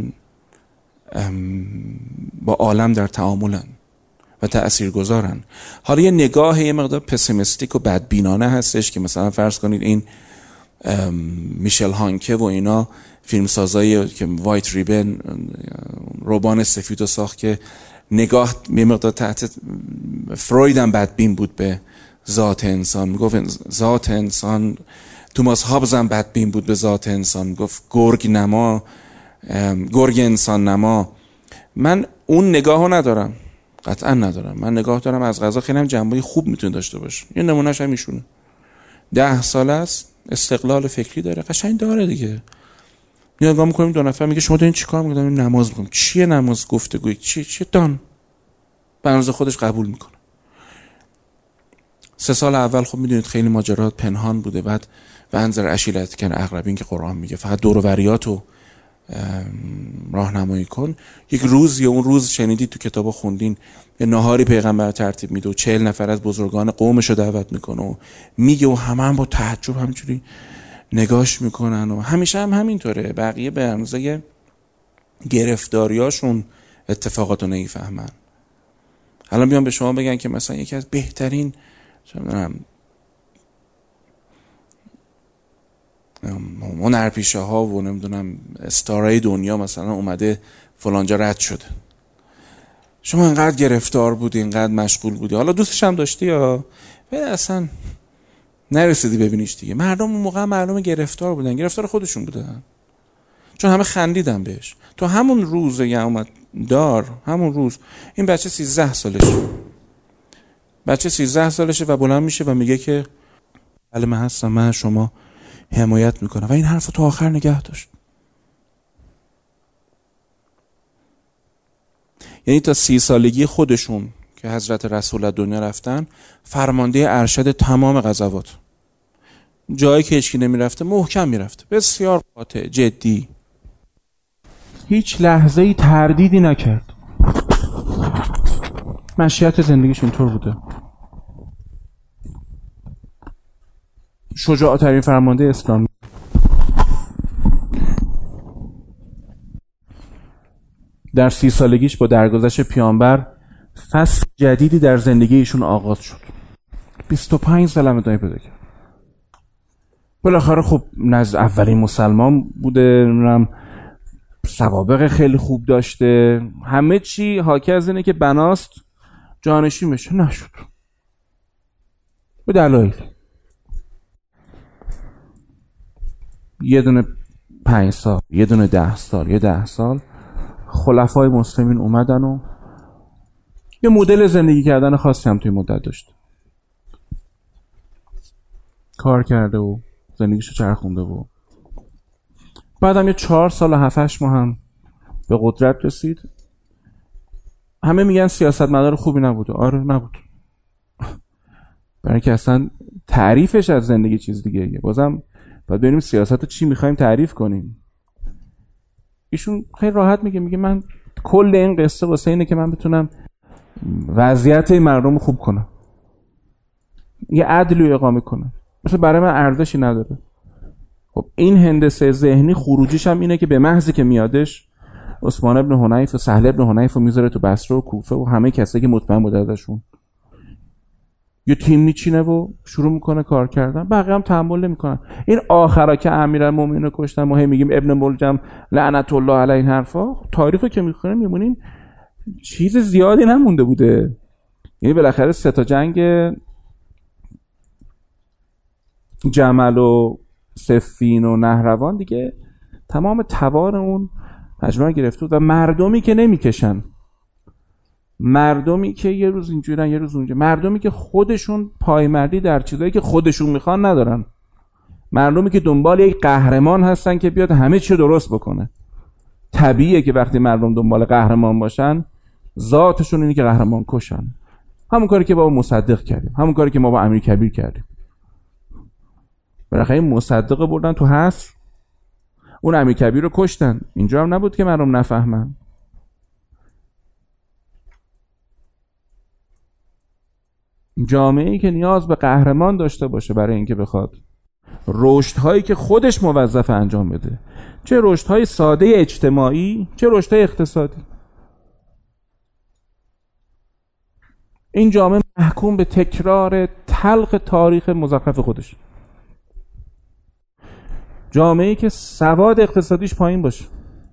[SPEAKER 1] با عالم در تعاملن و تأثیرگذارن. حالا یه نگاه یه مقدار پسیمیستیک و بدبینانه هستش که مثلا فرض کنید این میشل هانکه و اینا، فیلمسازایی که وایت ریبن ربان سفیدو ساخت که نگاه یه مقدار تحت فروید هم بدبین بود به ذات انسان، میگفت ذات انسان. توماس هابز هم بدبین بود به ذات انسان، میگفت گرگ انسان نما. من اون نگاهو ندارم، قطعا ندارم. من نگاه دارم از قضا خیلی هم جنبه‌ای خوب میتونه داشته باشه. یه نمونهش هم ایشونه، 10 ساله است، استقلال فکری داره، قشنگ داره دیگه. نگاه میکنیم 2 نفر میگه شما دارین چیکار میکنین؟ نماز میخونم. چیه نماز؟ گفتگوی چیه دان بنز خودش قبول میکنه. 3 سال اول خب میدونید خیلی ماجرات پنهان بوده، بعد بنظر اشیلت کن اقربین که قرآن میگه فقط دور و بریاتو راهنمایی کن. یک روز یا اون روز شنیدید تو کتابا خوندین یه نهاری پیغمبر ترتیب میده و 40 نفر از بزرگان قومشو دعوت میکنه و میگه و هم با تعجب همینجوری نگاش میکنن و همیشه هم همینطوره. بقیه به اندازه گرفتاریاشون اتفاقاتو نمیفهمن. الان بیان به شما بگن که مثلا یکی از بهترین هنرپیشه ها و نمیدونم استارای دنیا مثلا اومده فلانجا رد شده، شما اینقدر گرفتار بودی، اینقدر مشغول بودی، حالا دوستش هم داشتی یا اصلا نرسیدی ببینیش دیگه. مردم اون موقع مردم گرفتار بودن، گرفتار خودشون بودن، چون همه خندیدن بهش. تو همون روز اومد همون روز این بچه 13 سالشه و بلند میشه و میگه که بله من هستم، من شما حمایت میکنم، و این حرف تا آخر نگه داشت. یعنی تا 30 سالگی خودشون که حضرت رسول دنیا رفتن فرمانده ارشد تمام غزوات، جایی که هیچکی نمیرفته محکم میرفته، بسیار قاطع، جدی، هیچ لحظه‌ای تردیدی نکرد. مشیت زندگیش اینطور بوده. شجاع‌ترین فرمانده اسلامی. در 30 سالگیش با درگذشت پیامبر فصل جدیدی در زندگی ایشون آغاز شد. 25 سال هم ادامه پیدا کرد. بالاخره خب نزد اولین مسلمان بوده، سوابق خیلی خوب داشته، همه چی حاکی از اینه که بناست جانشین بشه، نشد به دلایل. یه دونه 5 سال، یه دونه 10 سال، یه 10 سال خلفای مسلمین اومدن و یه مدل زندگی کردن خاصی هم توی مدت داشت. کار کرده و زندگیشو چرخونده و بعدم یه 4 سال و 7-8 ماه هم به قدرت رسید. همه میگن سیاستمدار خوبی نبوده. آره نبود، برای که اصلا تعریفش از زندگی چیز دیگه. بازم باید ببینیم سیاست رو چی میخوایم تعریف کنیم. ایشون خیلی راحت میگه من کل این قصه واسه اینه که من بتونم وضعیت مردم خوب کنم، یه عدلی اقامه کنم، مثلا برای من ارزشی نداره. خب این هندسه ذهنی خروجیش هم اینه که به محضی که میادش عثمان ابن حنیف و سهل ابن حنیف رو میذاره تو بصره و کوفه و همه کسایی که مطمئن بوده ازشون، یه تیم میچینه و شروع میکنه کار کردن، بقیه هم تحمل نمیکنن. این آخرا که امیرالمومنین رو کشتن، ما هی میگیم ابن ملجم لعنت الله علیه، این حرفا تاریخو که میخونیم میبینیم چیز زیادی نمونده بوده. یعنی بالاخره 3 تا جنگ جمل و صفین و نهروان دیگه تمام توان اون مجموعه گرفته بود و مردمی که نمیکشن، مردمی که یه روز اینجورن یه روز اونجا، مردمی که خودشون پایمردی در چیزایی که خودشون میخوان ندارن، مردمی که دنبال یک قهرمان هستن که بیاد همه چی درست بکنه. طبیعیه که وقتی مردم دنبال قهرمان باشن ذاتشون اینه که قهرمان کشن. همون کاری که با مصدق کردیم، همون کاری که ما با امیرکبیر کردیم. بالاخره مصدق بردن تو حصر، اون امیرکبیر رو کشتن. اینجا هم نبود که مردم نفهمن. جامعه‌ای که نیاز به قهرمان داشته باشه برای اینکه بخواد رشدهایی که خودش موظف انجام بده، چه رشدهای ساده اجتماعی چه رشدهای اقتصادی، این جامعه محکوم به تکرار تلخ تاریخ مزخرف خودش. جامعه‌ای که سواد اقتصادیش پایین باشه،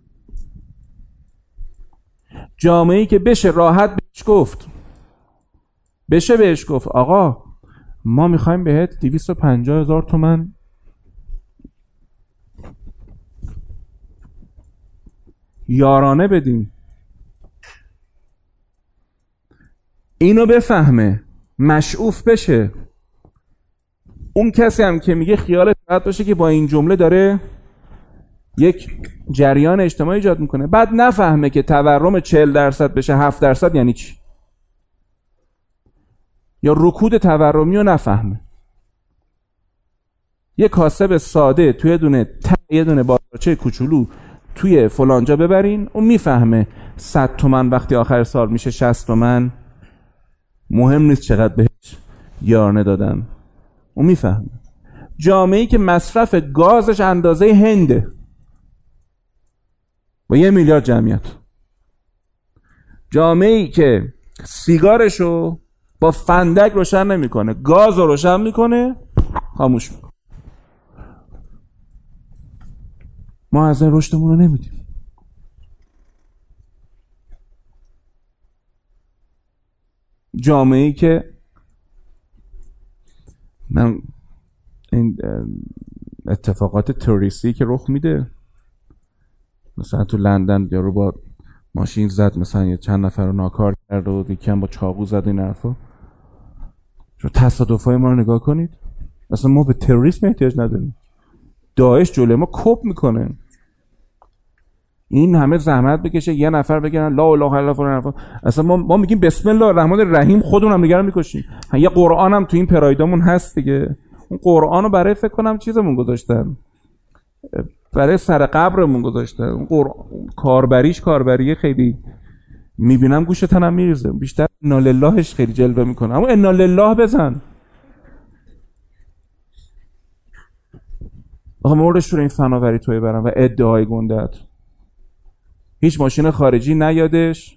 [SPEAKER 1] جامعه‌ای که بشه راحت بهش گفت آقا ما میخوایم بهت 250,000 تومان یارانه بدیم، اینو بفهمه، مشعوف بشه. اون کسی هم که میگه خیالت راحت باشه که با این جمله داره یک جریان اجتماعی ایجاد میکنه، بعد نفهمه که تورم 40% بشه 7% یعنی چی، یا رکود تورمی رو نفهمه. یه کاسب ساده توی یه دونه بازارچه کوچولو توی فلانجا ببرین، اون میفهمه 100 تومن وقتی آخر سال میشه 60 تومن، مهم نیست چقدر بهش یارانه دادن، اون میفهمه. جامعه‌ای که مصرف گازش اندازه هنده با 1 میلیارد جمعیت، جامعه‌ای که سیگارشو با فندک روشن نمیکنه، گاز رو روشن میکنه، خاموش میکنه. ما از این رشدمون رو نمیدیم. جامعه‌ای که من این اتفاقات تروریستی که رخ میده، مثلا تو لندن یارو با ماشین زد، مثلا یه چند نفر رو ناکار کرد و یکی هم با چاقو زد، این حرفا، تصادفای ما رو نگاه کنید. اصلا ما به تروریسم احتیاج نداریم، داعش جلوی ما کپ میکنه. این همه زحمت بکشه یه نفر بگن لا اله الا الله فلان، اصلا ما میگیم بسم الله الرحمن الرحیم، خودمون هم دیگه رو میکشیم. یه قرآن هم تو این پرایدامون هست دیگه، اون قرآن رو برای فکر کنم چیزمون گذاشتن، برای سر قبرمون گذاشتن. اون کاربریه خیلی میبینم گوش تنم میریزه، بیشتر انا للهش خیلی جلوه میکنه، اما انا لله بزن. آقا موردش رو این فناوری توی برم و ادعای گندت، هیچ ماشین خارجی نیادش،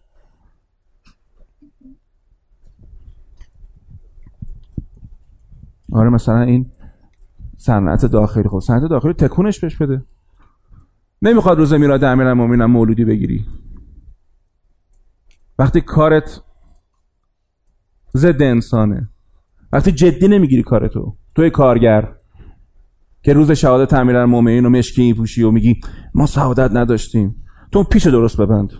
[SPEAKER 1] آره مثلا این صنعت داخلی، خب صنعت داخلی تکونش بهش بده. نمیخواد روز میلاد امیرالمومنین مولودی بگیری، وقتی کارت ضد انسانه، وقتی جدی نمیگیری کارتو، توی کارگر که روز شهادت امیرالمومنین رو مشکی پوشی و میگی ما سعادت نداشتیم، تو پیش درست ببند.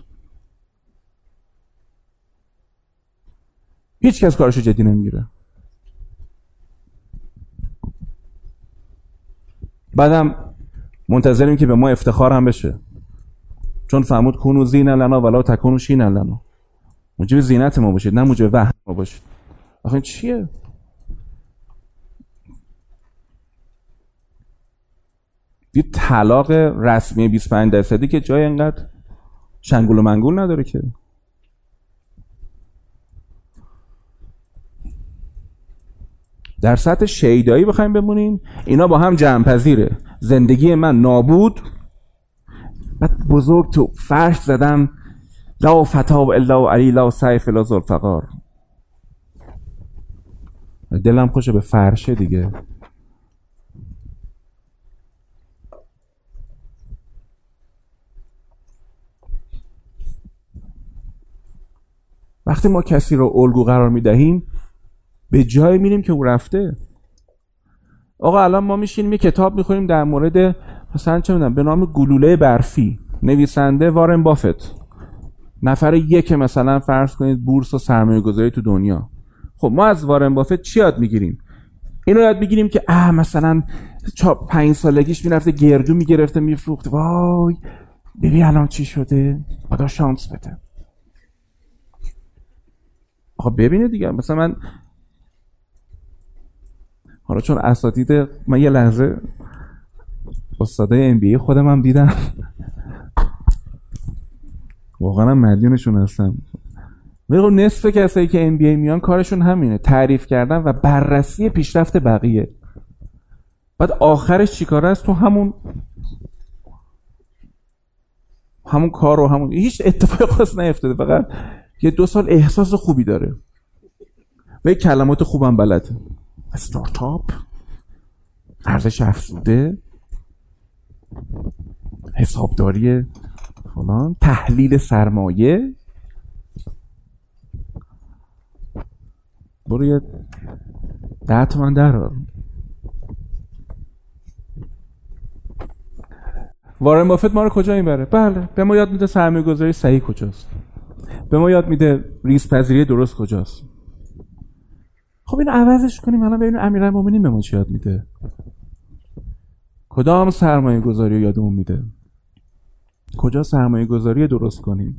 [SPEAKER 1] هیچ کس کارشو جدی نمیگیره. بعدم منتظریم که به ما افتخار هم بشه، چون فهمود کونو زین لنا ولا تکونو شین لنا، موجب زینت ما باشید نه موجب وهم ما باشید. آخه این چیه؟ یه طلاق رسمی 25% که جای انقدر شنگول و منگول نداره که. در سطح شیدایی بخوایم بمونیم، اینا با هم جمع پذیره. زندگی من نابود، بعد بزرگ تو فرش زدم لا فتا الا علی لا سیف الا ذوالفقار. دلم خوشه به فرشه دیگه. وقتی ما کسی رو الگو قرار میدهیم به جای میریم که او رفته. آقا الان ما میشینیم یه کتاب میخونیم در مورد مثلا چه میدونم به نام گلوله برفی، نویسنده وارن بافت، نفر یک مثلا فرض کنید بورس و سرمایه گذاری تو دنیا. خب ما از وارن بافت چی یاد میگیریم؟ اینو یاد میگیریم که مثلا 5 سالگیش میرفته گردو میگرفته میفروخت، وای ببین الان چی شده، خدا شانس بده. آقا ببینید دیگه، مثلا من حالا چون اساتید من یه لحظه استادای ام بی ای خودم هم دیدم واقعا هم مدیونشون هستم. میگم نصف کسایی که ام بی ای میان کارشون همینه، تعریف کردن و بررسی پیشرفت بقیه. بعد آخرش چیکاره است؟ تو همون کار رو همون هیچ اتفاقی خاص نیفتاده، فقط یه 2 سال احساس خوبی داره و یه کلمات خوبم بلده. استارتاپ، ارزش افزوده، حسابداری فلان، تحلیل سرمایه. برو یه 10 تومن درار. وارن بافت ما رو کجا میبره؟ بله، به ما یاد میده سرمایه گذاری صحیح کجاست، به ما یاد میده ریسک پذیری درست کجاست. خب این عوضش کنیم الان ببینیم امیرالمومنین به ما چی یاد میده، کدام سرمایه گذاری رو یادمون میده، کجا سرمایه گذاری درست کنیم.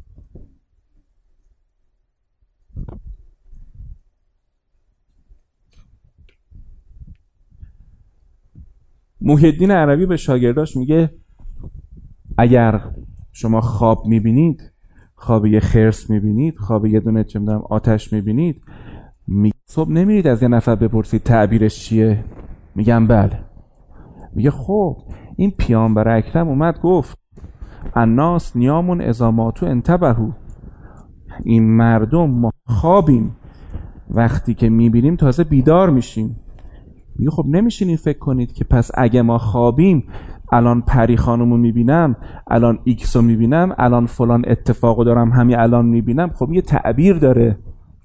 [SPEAKER 1] محی الدین عربی به شاگرداش میگه اگر شما خواب میبینید، خواب یه خرس میبینید، خواب یه دونه آتش میبینید، صبح نمیرید از یه نفر بپرسید تعبیرش چیه؟ میگم بله. میگه خب این پیامبر اکرم اومد گفت الناس نیامون اذا ماتوا انتبهوا، این مردم ما خوابیم، وقتی که میبینیم تازه بیدار میشیم. میگه خب نمیشینین فکر کنید که پس اگه ما خوابیم الان پری خانومو میبینم، الان ایکسو میبینم، الان فلان اتفاقو دارم همین الان میبینم. خب یه تعبیر داره،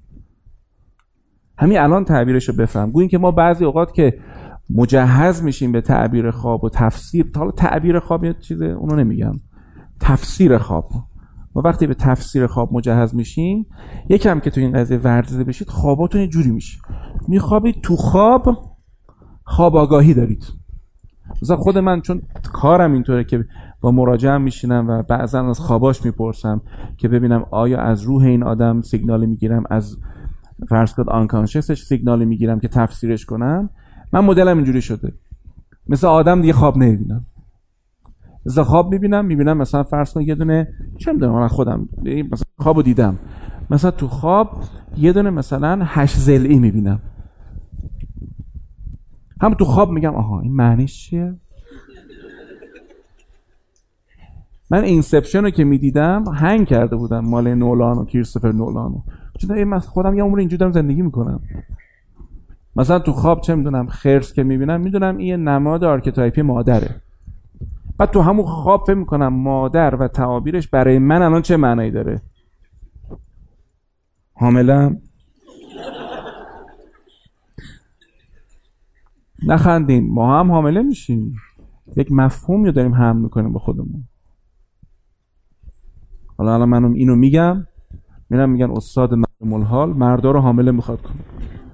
[SPEAKER 1] همین الان تعبیرشو بفهم. گویا که ما بعضی اوقات که مجهز میشیم به تعبیر خواب و تفسیر، حالا تعبیر خواب یه چیزه اونو نمیگم، تفسیر خواب، ما وقتی به تفسیر خواب مجهز میشیم، یکم که تو این قضیه ورزیده بشید خواباتون یه جوری میشه، میخوابید تو خواب آگاهی دارید. مثلا خود من چون کارم اینطوره که با مراجعم میشینم و بعضا از خواباش میپرسم که ببینم آیا از روح این آدم سیگنالی میگیرم، از فرض کنید آنکانشسش سیگنالی میگیرم که تفسیرش کنم. من مدلم اینجوری شده، مثل آدم دیگه خواب نمیبینم، مثلا خواب میبینم مثلا فرض کن یه دونه چه میدونم من خودم مثلا خوابو دیدم، مثلا تو خواب یه دونه مثلا 8 ضلعی میبینم، هم تو خواب میگم آها این معنیش چیه. من اینسپشن رو که میدیدم هنگ کرده بودم، مال نولان و کریستوفر نولان، چون من خودم یه عمر اینجوری دارم زندگی میکنم. مثلا تو خواب چه میدونم خرس که میبینم میدونم این نماد آرکتایپی مادره، بعد تو همون خواب فهم میکنم مادر و تعابیرش برای من الان چه معنی داره. حاملم. نخندین، ما هم حامله میشیم، یک مفهومی رو داریم حمل میکنیم با خودمون. حالا من اینو میگم، میگن استاد معلوم الحال مردا رو حامله میخواد کنه.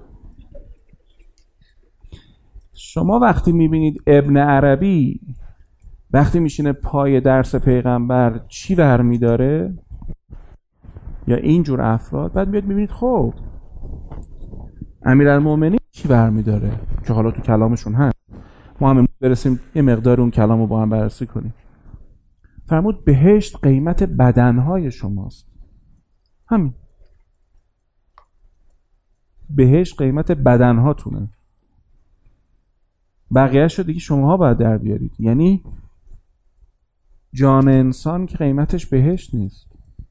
[SPEAKER 1] شما وقتی میبینید ابن عربی وقتی میشینه پای درس پیغمبر چی برمیداره یا اینجور افراد، بعد میاد میبینید خب امیرالمومنین چی برمیداره که حالا تو کلامشون هست، ما هم برسیم یه مقدار اون کلام رو با هم بررسی کنیم. فرمود بهشت قیمت بدنهای شماست، همین بهشت قیمت بدنهاتونه، بقیه‌اش رو دیگه شماها باید در بیارید. یعنی جان انسان که قیمتش بهشت نیست.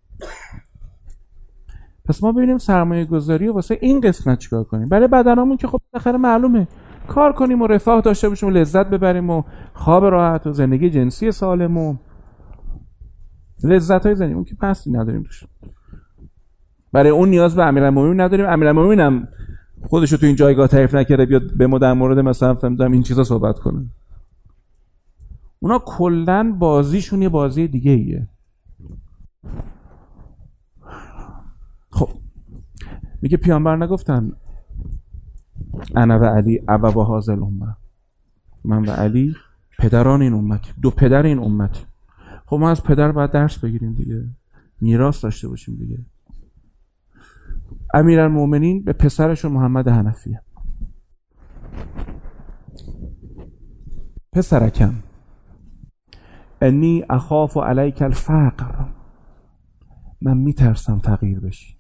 [SPEAKER 1] پس ما ببینیم سرمایه گذاری و واسه این قسمت چیکار کنیم. برای بدنامون که خب بالاخره معلومه کار کنیم و رفاه داشته باشیم و لذت ببریم و خواب راحت و زندگی جنسی سالم و لذت‌های زندگی، اون که بحثی نداریم توش. برای اون نیاز به امیرالمومنین نداریم. امیرالمومنین هم خودش رو تو این جایگاه تعریف نکرده بیاد به ما در مورد مثلا فهمیدم این چیزا صحبت کنه. اونا کلن بازیشون یه بازی دیگه ایه. خب میگه پیامبر نگفتن انا و علی ابوا هذا الامه، من و علی پدران این امت، دو پدر این امت. خب ما از پدر باید درس بگیریم دیگه، میراث داشته باشیم دیگه. امیرالمومنین به پسرشون محمد حنفیه. پسرکم انی اخاف علیک الفقر، من میترسم فقیر بشی.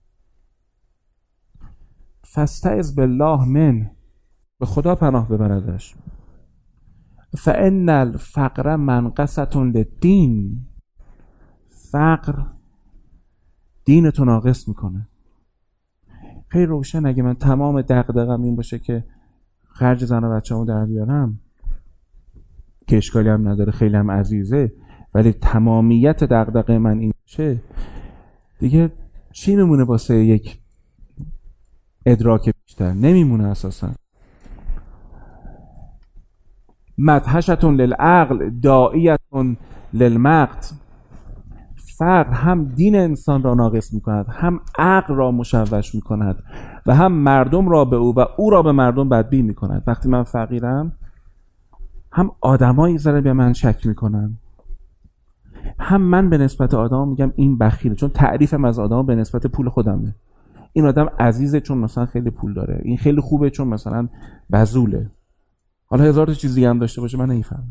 [SPEAKER 1] فاستعذ بالله من، به خدا پناه ببردش. فان الفقر منقصة للدین، فقر دینتو ناقص میکنه. خیلی روشن اگه من تمام دغدغه‌م این باشه که خرج زن و بچه‌مو در بیارم، که اشکالی هم نداره، خیلی هم عزیزه، ولی تمامیت دغدغه من این شه دیگه چی میمونه واسه یک ادراک بیشتر؟ نمیمونه اساسا. مدهشتون للعقل داعیتون للمقت. فقر هم دین انسان را ناقص میکند، هم عقل را مشوش میکند و هم مردم را به او و او را به مردم بدبین میکند. وقتی من فقیرم هم آدمایی ذره به من شک میکنن، هم من به نسبت آدم میگم این بخیله، چون تعریفم از آدم به نسبت پول خودمه. این آدم عزیزه چون مثلا خیلی پول داره، این خیلی خوبه چون مثلا بزوله، حالا هزار تا چیز دیگه هم داشته باشه من نمیفهمم.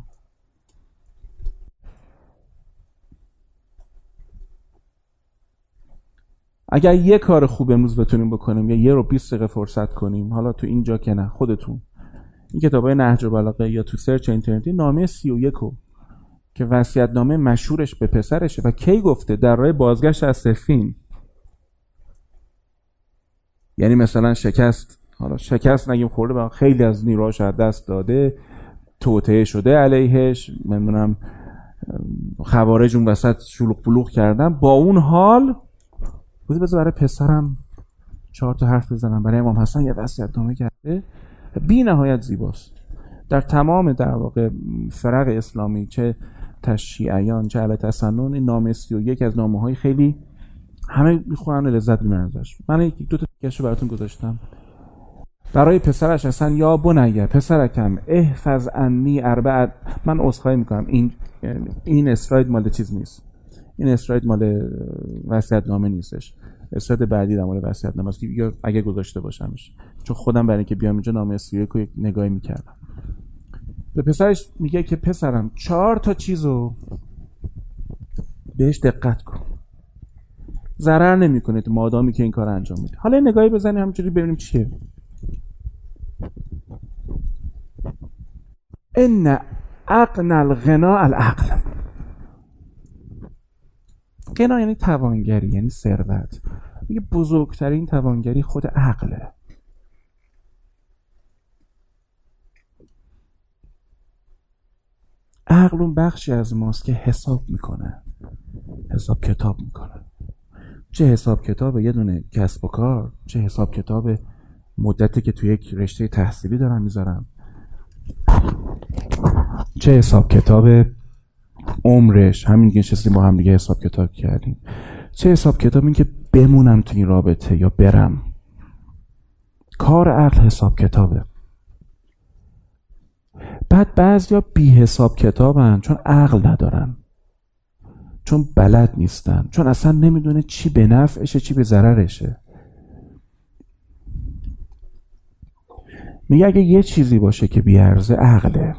[SPEAKER 1] اگر یه کار خوب امروز بتونیم بکنیم یا یه رو 20 دقیقه فرصت کنیم، حالا تو اینجا که نه، خودتون این کتابای نهج البلاغه یا تو سرچ اینترنتی نامه 31 که وصیت‌نامه مشهورش به پسرشه و کی گفته در راه بازگشت از صفین، یعنی مثلا شکست، حالا شکست نگیم خورده، با خیلی از نیروهاش از دست داده، توطئه شده علیهش، نمیدونم خوارج اون وسط شلوغ بلوغ کردن، با اون حال بذار برای پسرم 4 تا حرف بزنم، برای امام حسن یه وصیت‌نامه کرده، بی نهایت زیباست. در تمام در واقع فرق اسلامی، چه تشیعیان چه اهل تسنن، این نامه 31 از نامه‌های خیلی همه میخوان لذت میبرن ازش. من یک دو تا تیکه‌شو براتون گذاشتم. برای پسرش اصلا یا بنیه پسرکم احفظ عنی اربع، من عذرخواهی میکنم این اسلاید مال چیز نیست، این اسلاید مال وصیت‌نامه نیستش، اسلاید بعدی در مورد وصیت‌نامه است یا اگه گذاشته باشمش، چون خودم برای اینکه بیام اینجا نامه 31 رو یک نگاهی میکردم. به پسرش میگه که پسرم 4 تا چیزو بهش دقت کن، ضرر نمیکنه تو مادامی که این کار انجام میده. حالا نگاهی بزنیم همینجوری ببینیم چیه. ان اغنى الغنا العقل. غنا یعنی توانگری، یعنی ثروت. میگه بزرگترین توانگری خود عقله. عقل اون بخشی از ماست که حساب میکنه، حساب کتاب میکنه، چه حساب کتاب یه دونه کسب و کار، چه حساب کتاب مدتی که توی یک رشته تحصیلی دارم میذارم، چه حساب کتاب عمرش، همین دیگه نشستیم با هم دیگه حساب کتاب کردیم، چه حساب کتاب این که بمونم تو این رابطه یا برم. کار عقل حساب کتابه. بعد بعضیا بی حساب کتابن چون عقل ندارن، چون بلد نیستن، چون اصلا نمیدونه چی به نفعشه چی به ضررشه. میگه اگه یه چیزی باشه که بی ارزه عقله.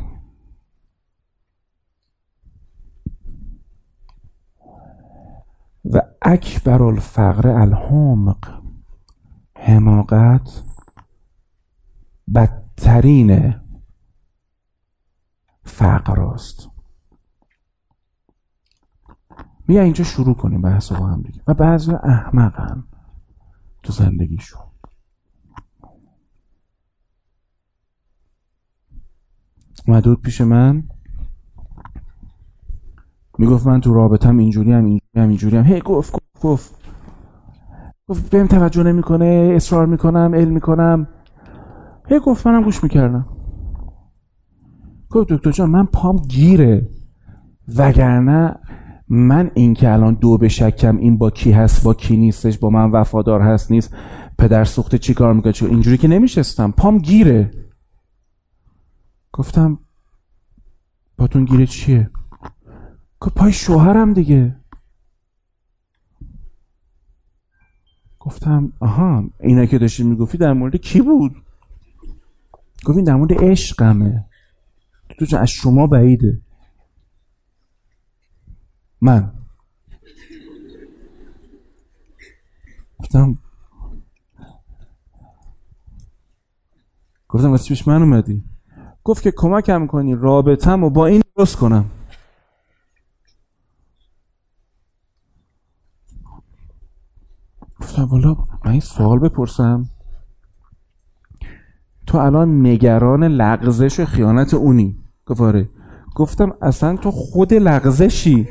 [SPEAKER 1] و اکبر الفقر الحمق، حماقت بدترین فقر است. میگه اینجا شروع کنیم بحث با هم دیگه. و بعضی احمقن تو زندگیشون. مدود پیش من میگفت من تو رابطم اینجوری هم هی گفت بهم توجه نمیکنه، اصرار میکنم، ال میکنم، هی گفت منم گوش میکردم. گفت دکتر جان من پام گیره، وگرنه من این که الان دو به شکم این با کی هست با کی نیستش، با من وفادار هست نیست، پدر سوخته چی کار میکنه، چون اینجوری که نمیشستم، پام گیره. گفتم پاتون گیره چیه؟ گفت پای شوهرم دیگه. گفتم آها اینا که داشتی میگفتی در مورد کی بود؟ گفت این در مورد عشقمه. تو جان از شما بعیده. من گفتم واسه پیش من اومدی؟ گفت که کمکم کنی رابطه‌مو با این درست کنم. گفتم والا من این سوال بپرسم، تو الان نگران لغزش و خیانت اونی؟ گفت آره. گفتم اصلا تو خود لغزشی.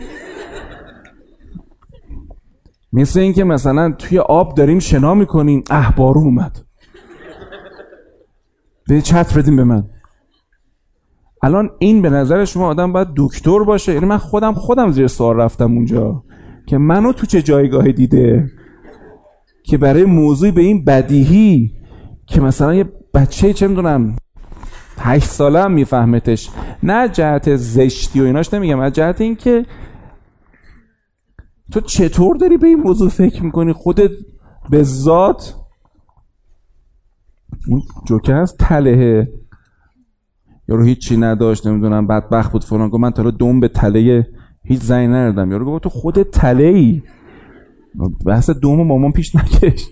[SPEAKER 1] مثل این که مثلا توی آب داریم شنا میکنیم، بارون اومد، به چتر بدیم به من. الان این به نظر شما آدم باید دکتر باشه؟ یعنی من خودم زیر سوال رفتم اونجا که منو تو چه جایگاهی دیده که برای موضوعی به این بدیهی که مثلا یه بچه چه میدونم 8 ساله هم میفهمتش، نه جهت زشتی و ایناش نمیگم، از جهت این که تو چطور داری به این موضوع فکر میکنی خودت به ذات. اون جوکر هست تله یارو هیچی نداشت، نمیدونم بدبخت بود فلان، گفت من تا حالا دم به تله هیچ زنی نردم. یارو گفت تو خودت تله ای، بحث دوم و مامان پیش نکش.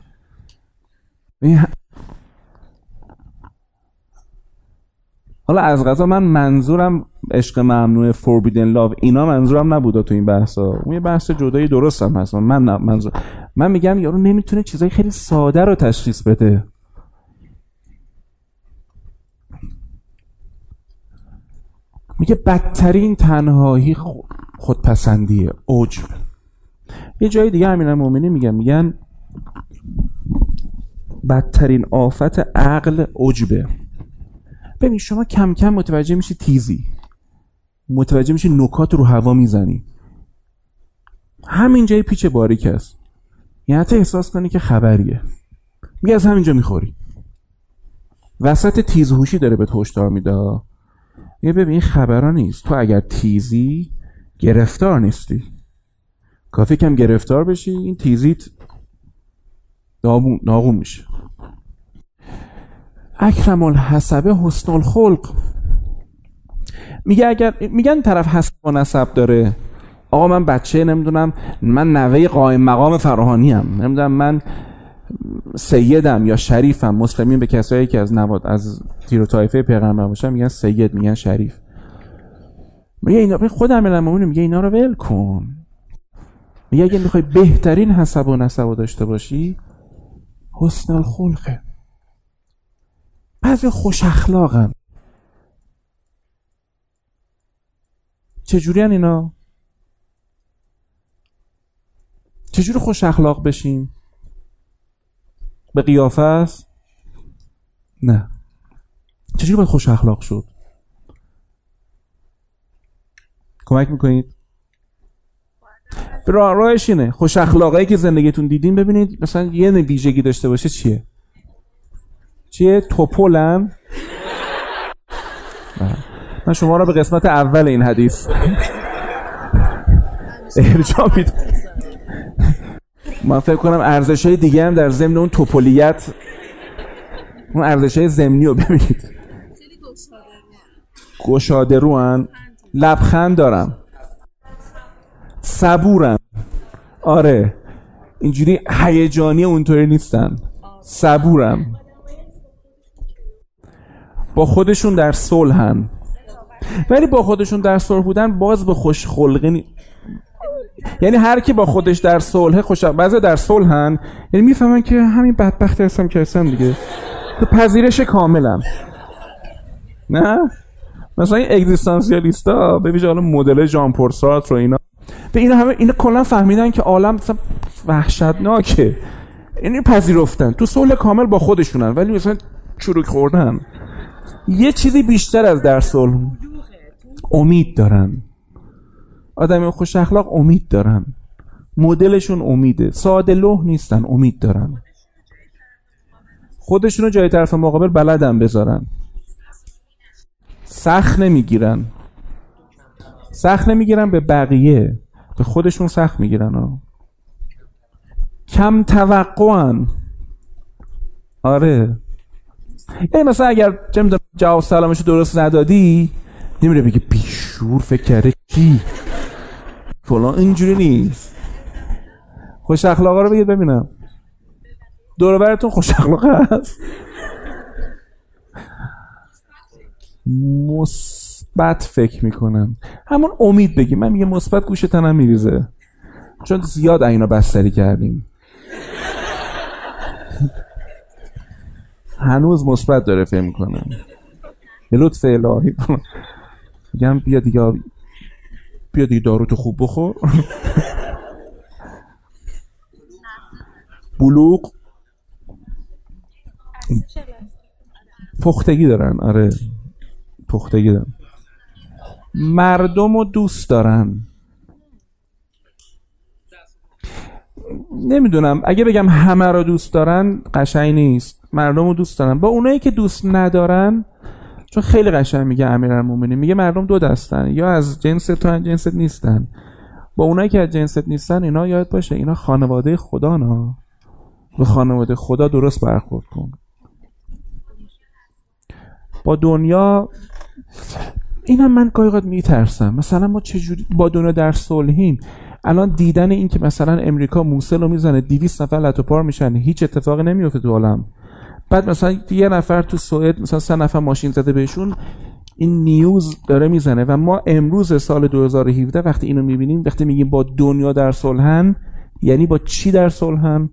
[SPEAKER 1] حالا از قضا من منظورم عشق ممنوع forbidden love اینا منظورم نبوده تو این بحثا، اون یه بحث جدایی درست هم هست. من میگم یارو نمیتونه چیزای خیلی ساده رو تشخیص بده. میگه بدترین تنهایی خودپسندیه، عجب. یه جای دیگه امیرالمومنین میگن بدترین آفت عقل عجبه. ببین شما کم کم متوجه میشی تیزی، متوجه میشی نکات رو هوا میزنی، همین جای پیچ باریک است، یعنی حتی احساس کنی که خبریه، میگه از همینجا میخوری. وسط تیزهوشی داره به هشدار میده، میگه ببین این خبرا نیست، تو اگر تیزی گرفتار نیستی، کافی کم گرفتار بشی این تیزیت داغون میشه. اکرم الحسبه حسن الخلق. میگن طرف حسب و نسب داره، آقا من بچه نمیدونم من نوه قائم مقام فراهانی ام، نمیدونم من سیدم یا شریفم. مسلمین به کسایی که از تیر و طایفه پیغمبر باشن میگن سید، میگن شریف. میگه اینا خود امیرالمومنین میگه اینا رو ول کن. میگه اگه میخوای بهترین حسب و نسب داشته باشی حسن الخلقه. بعضی خوش اخلاقن. چجوری اینا؟ چجوری خوش اخلاق بشیم؟ به قیافه است؟ نه. چجوری باید خوش اخلاق شد؟ کمک میکنید؟ راهش اینه، خوش اخلاقایی که زندگیتون دیدین ببینید مثلا یه ویژگی داشته باشه چیه؟ توپولن؟ من شما را به قسمت اول این حدیث ارجاع میدم. من فکر کنم ارزش‌های دیگه هم در ضمن اون توپولیت، اون ارزش‌های ضمنی رو ببینید. گشاده روان، لبخند دارم، صبورن، آره اینجوری هیجانی اونطوری نیستن، صبورن، با خودشون در صلحن. ولی با خودشون در صلح بودن باز به خوش خلقی یعنی هر کی با خودش در صلح بعضی در صلحن، یعنی میفهمن که همین بدبخت هستم که هستم دیگه، تو پذیرش کاملا. نه مثلا این اگزیستانسیالیستا به ویژه حالا مدل ژان پل سارتر و اینا، به اینا کلا فهمیدن که عالم مثلا وحشتناکه، یعنی پذیرفتن تو صلح کامل با خودشونن، ولی مثلا چروک خوردن. یه چیزی بیشتر از در صلح، امید دارن. آدم خوش اخلاق امید دارن، مدلشون امیده، ساده لوح نیستن، امید دارن، خودشونو جای طرف مقابل بلدن بذارن، سخت نمیگیرن به بقیه، به خودشون سخت میگیرن. کم توقعن. آره یعنی مثلا اگر جواب سلامشو درست ندادی نمیره بگه بیشور فکر کرده چی فلان، اینجوری نیست. خوش اخلاقا رو بگید ببینم دور و برتون خوش اخلاق هست. مثبت فکر میکنن، همون امید بگی. من میگه مثبت گوش تنم میریزه چون زیاد اینا بستری کردیم. هنوز مثبت داره فکر میکنن، به لطف الهی.
[SPEAKER 2] میگم بیا دیگه داروتو خوب بخور. بلوغ پختگی دارن. آره پختگی دارن. مردم رو دوست دارن. نمیدونم، اگه بگم همه رو دوست دارن قشنگ نیست. مردم رو دوست دارن. با اونایی که دوست ندارن، چون خیلی قشنگ میگه امیرالمومنین، میگه مردم دو دستن، یا از جنس تو یا جنست نیستن. با اونایی که از جنست نیستن، اینا یاد باشه اینا خانواده خدا نه. به خانواده خدا درست برخورد کن. با دنیا اینم من گاهی اوقات میترسم. مثلا ما چجوری با دنیا در صلحیم؟ الان دیدن این که مثلا امریکا موسل رو میزنه 200 نفر لتوپار میشن، هیچ اتفاقی نمیفته تو عالم. بعد مثلا یه نفر تو سوئد مثلا 3 نفر ماشین زده بهشون، این نیوز داره میزنه. و ما امروز سال 2017 وقتی اینو میبینیم، وقتی میگیم با دنیا در صلحن، یعنی با چی در صلحن؟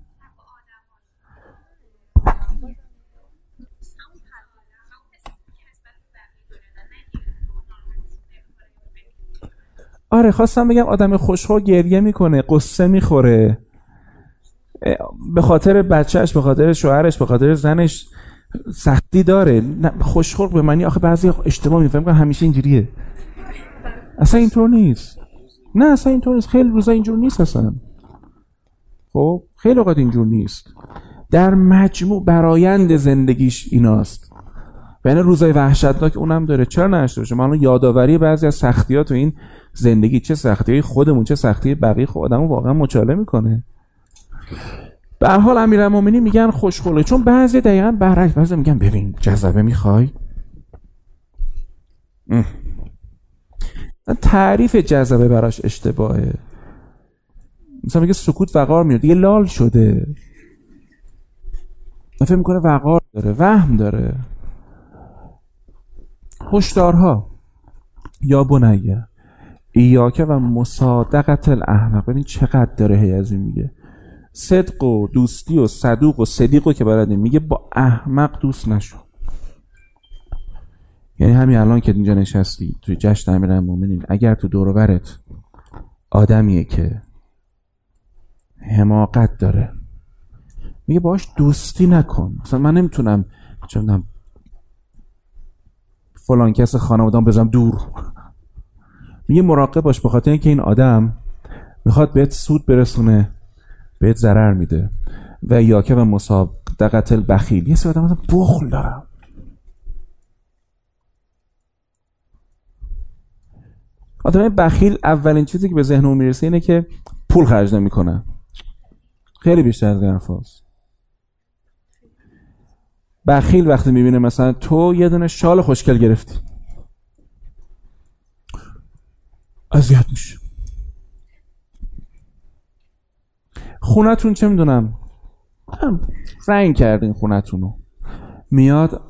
[SPEAKER 2] آره خواستم بگم آدم خوشخواه گریه میکنه، قصه میخوره به خاطر بچهش، به خاطر شوهرش، به خاطر زنش سختی داره. خوشخلق به معنی آخه بعضی اشتباه میفهمن همیشه اینجوریه. اصلا اینطور نیست. نه اصلا اینطور نیست. خیلی روزا اینجور نیست اصلا. خب خیلی اوقات اینجور نیست. در مجموع برایند زندگیش ایناست. یعنی روزای وحشتناک اونم داره. چرا نشته باشه؟ ما یادآوری بعضی از سختیات تو این زندگی، چه سختیای خودمون چه سختی بقیه، خودمون واقعا مچاله میکنه. به هر حال امیرالمومنین میگن خوشخلقه، چون بعضی دقیقاً برعکس، بعضی میگن ببین جذبه میخوای، تعریف جذبه براش اشتباهه. مثلا میگه سکوت وقار میاره، دیگه لال شده، فکر میکنه وقار داره، وهم داره. هشدارها یا بنیه ایاک و مصادقت الاحمق. ببین چقدر داره هی از این میگه. صدق و دوستی و صدوق و صدیق رو که بلدیم، میگه با احمق دوست نشو. یعنی همین الان که اینجا نشستی توی جشن امیرالمومنین، اگر تو دور و برت آدمیه که حماقت داره، میگه باهاش دوستی نکن. مثلا من نمیتونم چون فلان کس خانواده‌ام بزنم دور. میگه مراقب باش، به خاطر اینکه این آدم میخواد بهت سود برسونه، بهت ضرر میده. و یاکه و مصادقت البخیل. یه سری آدم مثلا بخل دارم. آدم بخیل اولین چیزی که به ذهنم میرسه اینه که پول خرج نمیکنه. خیلی بیشتر از این حرفاست. بخیل وقتی میبینه مثلا تو یه دونه شال خوشگل گرفتی، اذیت میشه. خونتون چه میدونم رنگ کردین خونتونو، میاد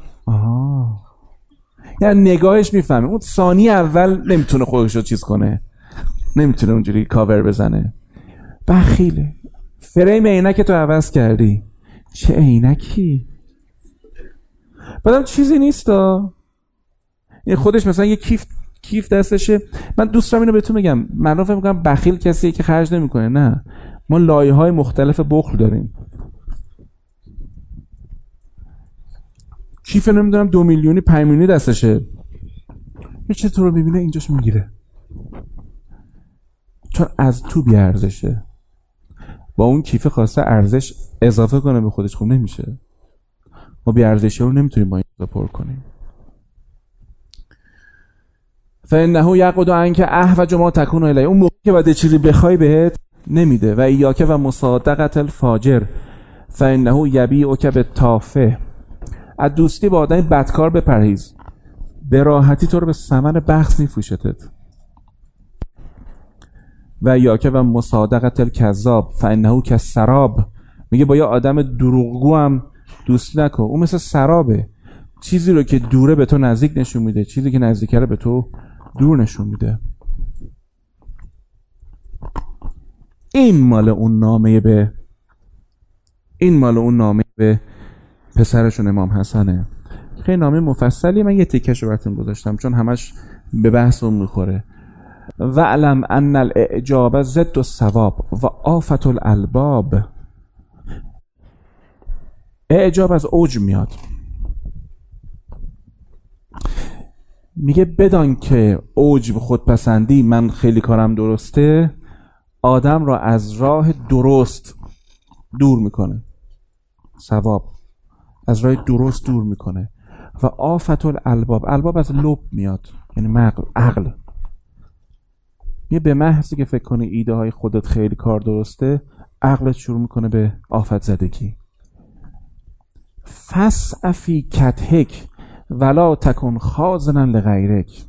[SPEAKER 2] یعنی نگاهش میفهمه. اون ثانی اول نمیتونه خودشو چیز کنه، نمیتونه اونجوری کاور بزنه. بخیله. فریم عینک تو عوض کردی، چه عینکی؟ بعدم چیزی نیستا. این خودش مثلا یه کیف دستشه. من دوست دارم اینو بهتون بگم، مردم فکر می‌کنن بخیل کسیه که خرج نمی‌کنه. نه، ما لایه‌های مختلف بخل داریم. کیف نمیدونم 2 میلیونی 5 میلیونی دستشه، یه چطور رو ببینه اینجاش میگیره، چون از تو بی ارزشه. با اون کیف خواسته ارزش اضافه کنه به خودش، خوب نمیشه. ما بی ارزشی رو نمیتونیم با این پر کنیم. فانه یقعد عنک احوج ما تکون الیه. اون موقع که بعد چیزی بخوای بهت نمیده. و ایاک و مصادقت الفاجر فانه یبیعک بالتافه. از دوستی با آدم بدکار بپرهیز، به راحتی تو رو به ثمن بخس میفروشتت. و ایاک و مصادقت الکذاب فانه کالسراب. میگه با یه آدم دروغگو هم دوستی نکن، اون مثل سرابه. چیزی رو که دوره به تو نزدیک نشون میده، چیزی که نزدیکه رو به تو دور نشون میده. این مال اون نامه به پسرشون امام حسنه. خیلی نامه مفصلی، من یه تیکش رو براتون گذاشتم چون همش به بحث اون میخوره. وعلم ان الاعجاب ضد الثواب و آفت الالباب. اعجاب از اوج میاد. میگه بدان که اوج به خودپسندی، من خیلی کارم درسته، آدم را از راه درست دور میکنه. ثواب از راه درست دور میکنه. و آفت الالباب، الباب از لب میاد، یعنی عقل. یه به محضی که فکر کنی ایده های خودت خیلی کار درسته، عقلت شروع میکنه به آفت زدگی. فسع فی کتهک ولا تکن خازنا لغیرک.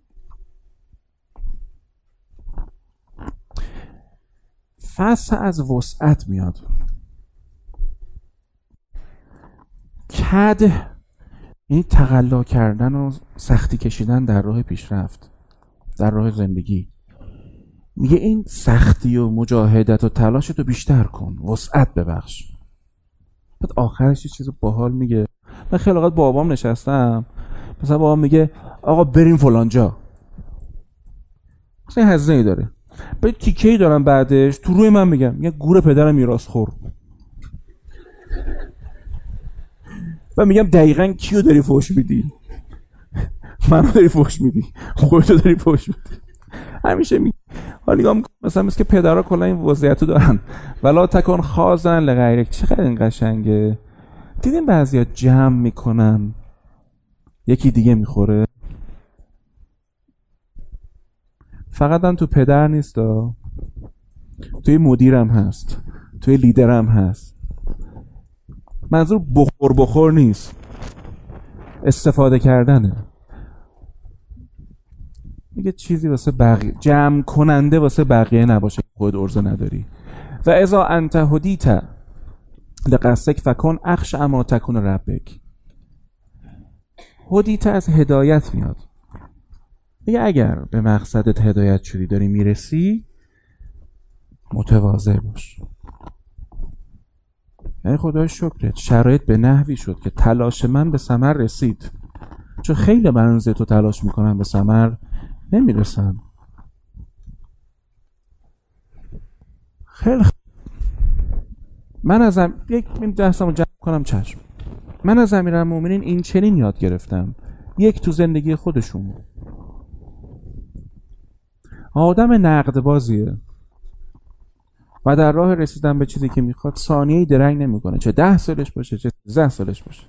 [SPEAKER 2] فسع از وسعت میاد. کد یعنی تقلا کردن و سختی کشیدن در راه پیشرفت، در راه زندگی. میگه این سختی و مجاهدت و تلاشتو بیشتر کن، وسعت ببخش. بعد آخرش یه چیز باحال میگه. من خیلی وقت با بابام نشستم، مثلا بابام میگه آقا بریم فلان جا، مثلا هزینه‌ای داره، بعد تیکه‌ای دارم بعدش تو روی من میگه گور پدرم میراث خور. و میگم دقیقاً کیو داری فحش میدی؟ منو داری فحش میدی، خودتو داری فحش میدی. همیشه میگم حالا مثلا که پدرها کلا این وضعیتو دارن، ولا تکن خازن لغیرک. چقدر این قشنگه. دیدین بعضیا جمع میکنن یکی دیگه میخوره. فقط هم تو پدر نیست، توی مدیرم هست، توی لیدرم هست. منظور بخور نیست، استفاده کردنه. میگه چیزی واسه بقیه، جمع کننده واسه بقیه نباشه، خود ارزه نداری. و اذا انت هدیت لقصدک فکن اخش اما تکون ربک. هدیت از هدایت میاد. میگه اگر به مقصدت هدایت شدی، داری میرسی، متواضع باش. یعنی خدای شکرت شرایط به نحوی شد که تلاش من به ثمر رسید، چون خیلی منزه تو تلاش میکنن به ثمر نمیرسن. خیلی من از یک دستمو جمع کنم چشم. من از امیرالمومنین این چنین یاد گرفتم. یک تو زندگی خودشون آدم نقد بازیه و در راه رسیدن به چیزی که میخواد ثانیه‌ای درنگ نمیکنه، چه 10 سالش باشه چه 13 سالش باشه.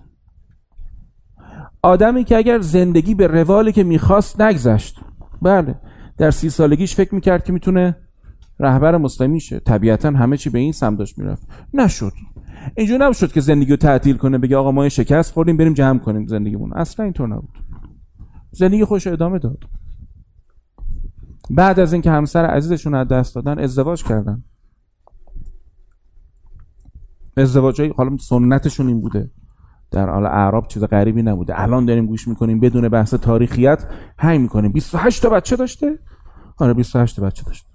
[SPEAKER 2] آدمی که اگر زندگی به روالی که میخواست نگذشت، بله در 30 سالگیش فکر میکرد که میتونه رهبر مسلمی شه، طبیعتا همه چی به این سمت داشت میرفت، نشد. اینجوری نشد که زندگی رو تعطیل کنه، بگه آقا ما شکست خوردیم بریم جمع کنیم زندگیمون. اصلا اینطور نبود. زندگی خوش ادامه داد. بعد از اینکه همسر عزیزشون از دست دادن، ازدواج کردن. ازدواجای حالا سنتشون این بوده، در حال اعراب چیز غریبی نبوده. الان داریم گوش میکنیم بدون بحث تاریخیت هی میکنیم 28 تا بچه داشته. آره 28 تا بچه داشته.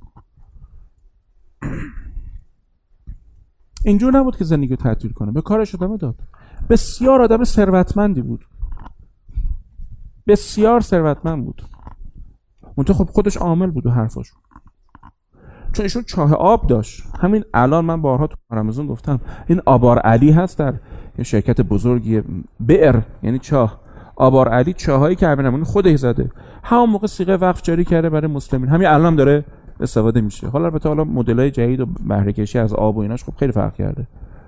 [SPEAKER 2] اینجور نبود که زندگی رو تعطیل کنه، به کارش ادامه داد. بسیار آدم ثروتمندی بود، بسیار ثروتمند بود. منتها خب خودش عامل بود و حرفاشون، چون ایشون چاه آب داشت. همین الان من بارها تو رمضان گفتم این آبار علی هست، در یه شرکت بزرگی بئر یعنی چاه. آبار علی چاهایی که امیرالمومنین خودش زده، همون موقع صیغه وقف جاری کرده برای مسلمین، همین الان داره استفاده میشه. حالا البته حالا مدل‌های جدید و بهره کشی از آب و ایناش خب خیلی فرق کرده.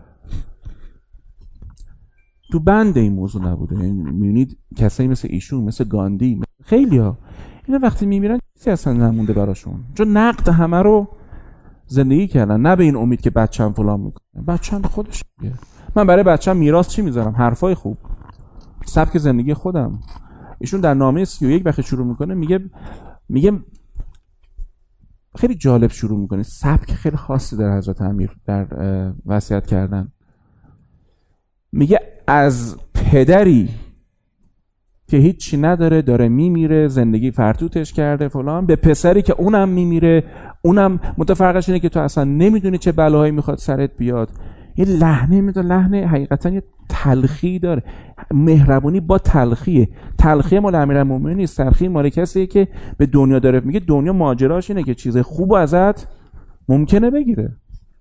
[SPEAKER 2] تو بند این موضوع نبوده. یعنی میبینید کسایی مثل ایشون، مثل گاندی، خیلی‌ها اینا وقتی میمیرن چیزی اصلا نمونده براشون، چون نقد همه رو زندگی کردن. نه به این امید که بچه‌م فلان میکنه، بچه‌م به خودش میگه من برای بچه‌م میراث چی میذارم، حرفای خوب، سبک زندگی خودم. ایشون در نامه 31 وقتی شروع میکنه میگه خیلی جالب شروع میکنه، سبک خیلی خاصی در حضرت امیر در وصیت کردن. میگه از پدری که هیچی نداره، داره میمیره، زندگی فرتوتش کرده فلان، به پسری که اونم میمیره، اونم متفرقش اینه که تو اصلا نمیدونی چه بلاهایی میخواد سرت بیاد. یه لحنه میاد، لحنه حقیقتا یه تلخی داره. مهربونی با تلخیه. تلخی مال امیرالمومنین نیست، تلخی مال کسیه که به دنیا داره میگه دنیا ماجراش اینه که چیز خوبو ازت ممکنه بگیره.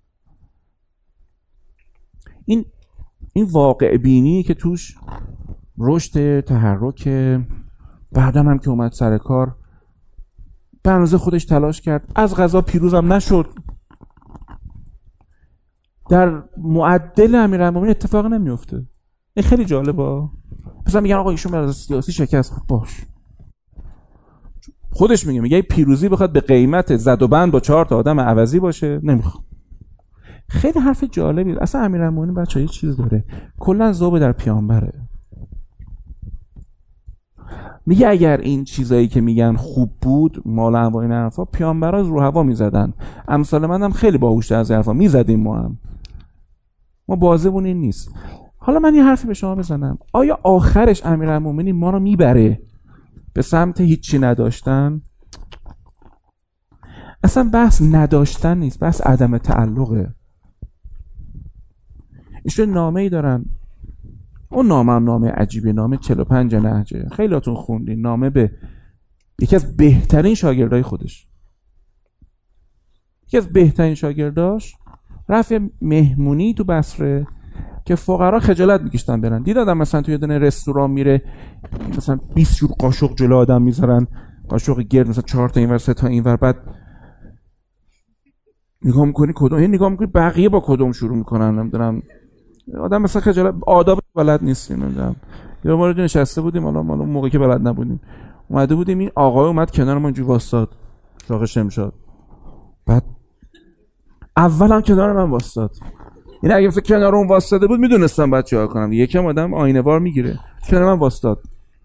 [SPEAKER 2] این واقع بینی که توش رشد، تحرک، بعدم هم که اومد سر کار به اندازه خودش تلاش کرد، از قضا پیروزم نشد. در معدل امیرالمومنین اتفاق نمیفته. این خیلی جالبه. مثلا میگن آقا ایشون برای سیاسی شکست. باش، خودش میگه پیروزی بخواد به قیمت زد و بند با 4 تا آدم عوضی باشه نمیخواد. خیلی حرف جالبی. اصلا امیرالمومنین بچه‌ها یه چیز داره، کلا ذوب در پیامبره. میگه اگر این چیزایی که میگن خوب بود، مال انواع این حرفا، پیامبرا رو هوا میزدن. امثال منم خیلی باهوش‌تر از حرفا میزدیم. ما بازمون این نیست. حالا من یه حرفی به شما بزنم، آیا آخرش امیرالمومنین ما رو میبره به سمت هیچی نداشتن؟ اصلا بحث نداشتن نیست، بحث عدم تعلقه. ایشون نامه‌ای دارن، اون نامه عجیبه، نامه 45 نهجه، خیلیاتون خوندین. نامه به یکی از بهترین شاگردای خودش، یکی از بهترین شاگرداش، رفت مهمونی تو بصره که فقرا خجالت میکشتن برن. دیدادم مثلا توی یه دونه رستوران میره، مثلا 20 جور قاشق جلو آدم میذارن، قاشق گرد مثلا 4 تا اینور 3 تا اینور، بعد نگاه میکنی کدوم، نگاه میکنی بقیه با کدوم شروع میکنن. نمیدونم آدم مثلا خجالت، آداب بلد نیستیم. نمیدونم یه بار نشسته بودیم، حالا اون موقعی که بلد نبودیم، اومده بودیم، این آقای اومد کنار ما اینجوری واسطاد، شاق شمشاد. بعد اولم کنار من واسطاد، این اگه فکر کنار اون واسطاده بود میدونستم بعد چیکار کنم. یکم آدم آینه وار میگیره، کنار من واسطاد.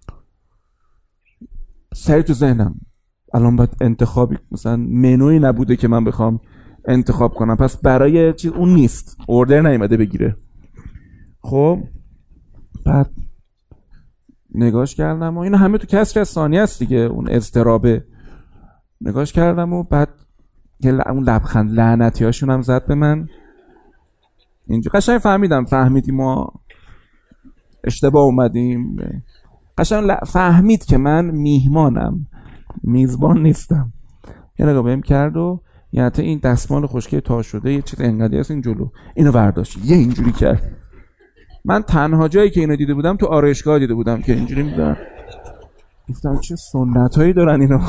[SPEAKER 2] سری تو ذهنم الان باید انتخابی، مثلا منوی نبوده که من بخوام انتخاب کنم، پس برای چیز اون نیست، اوردر نیومده بگیره. خب بعد نگاش کردم و این همه تو کسر ثانیه است دیگه، اون اضطرابه. نگاش کردم و بعد اون لبخند لعنتی هاشون هم زد به من. اینجا قشنگ فهمیدیم ما اشتباه اومدیم. قشنگ فهمید که من میهمانم، میزبان نیستم. یه نگاه بهم کرد و یعنی این دستمال خشکی تا شده یه چیز انقدی هست این جلو، اینو برداشت یه اینجوری کرد. من تنها جایی که اینو دیده بودم تو آرایشگاه دیده بودم که اینجوری می‌دارن. گفتم چه سنتایی دارن اینا.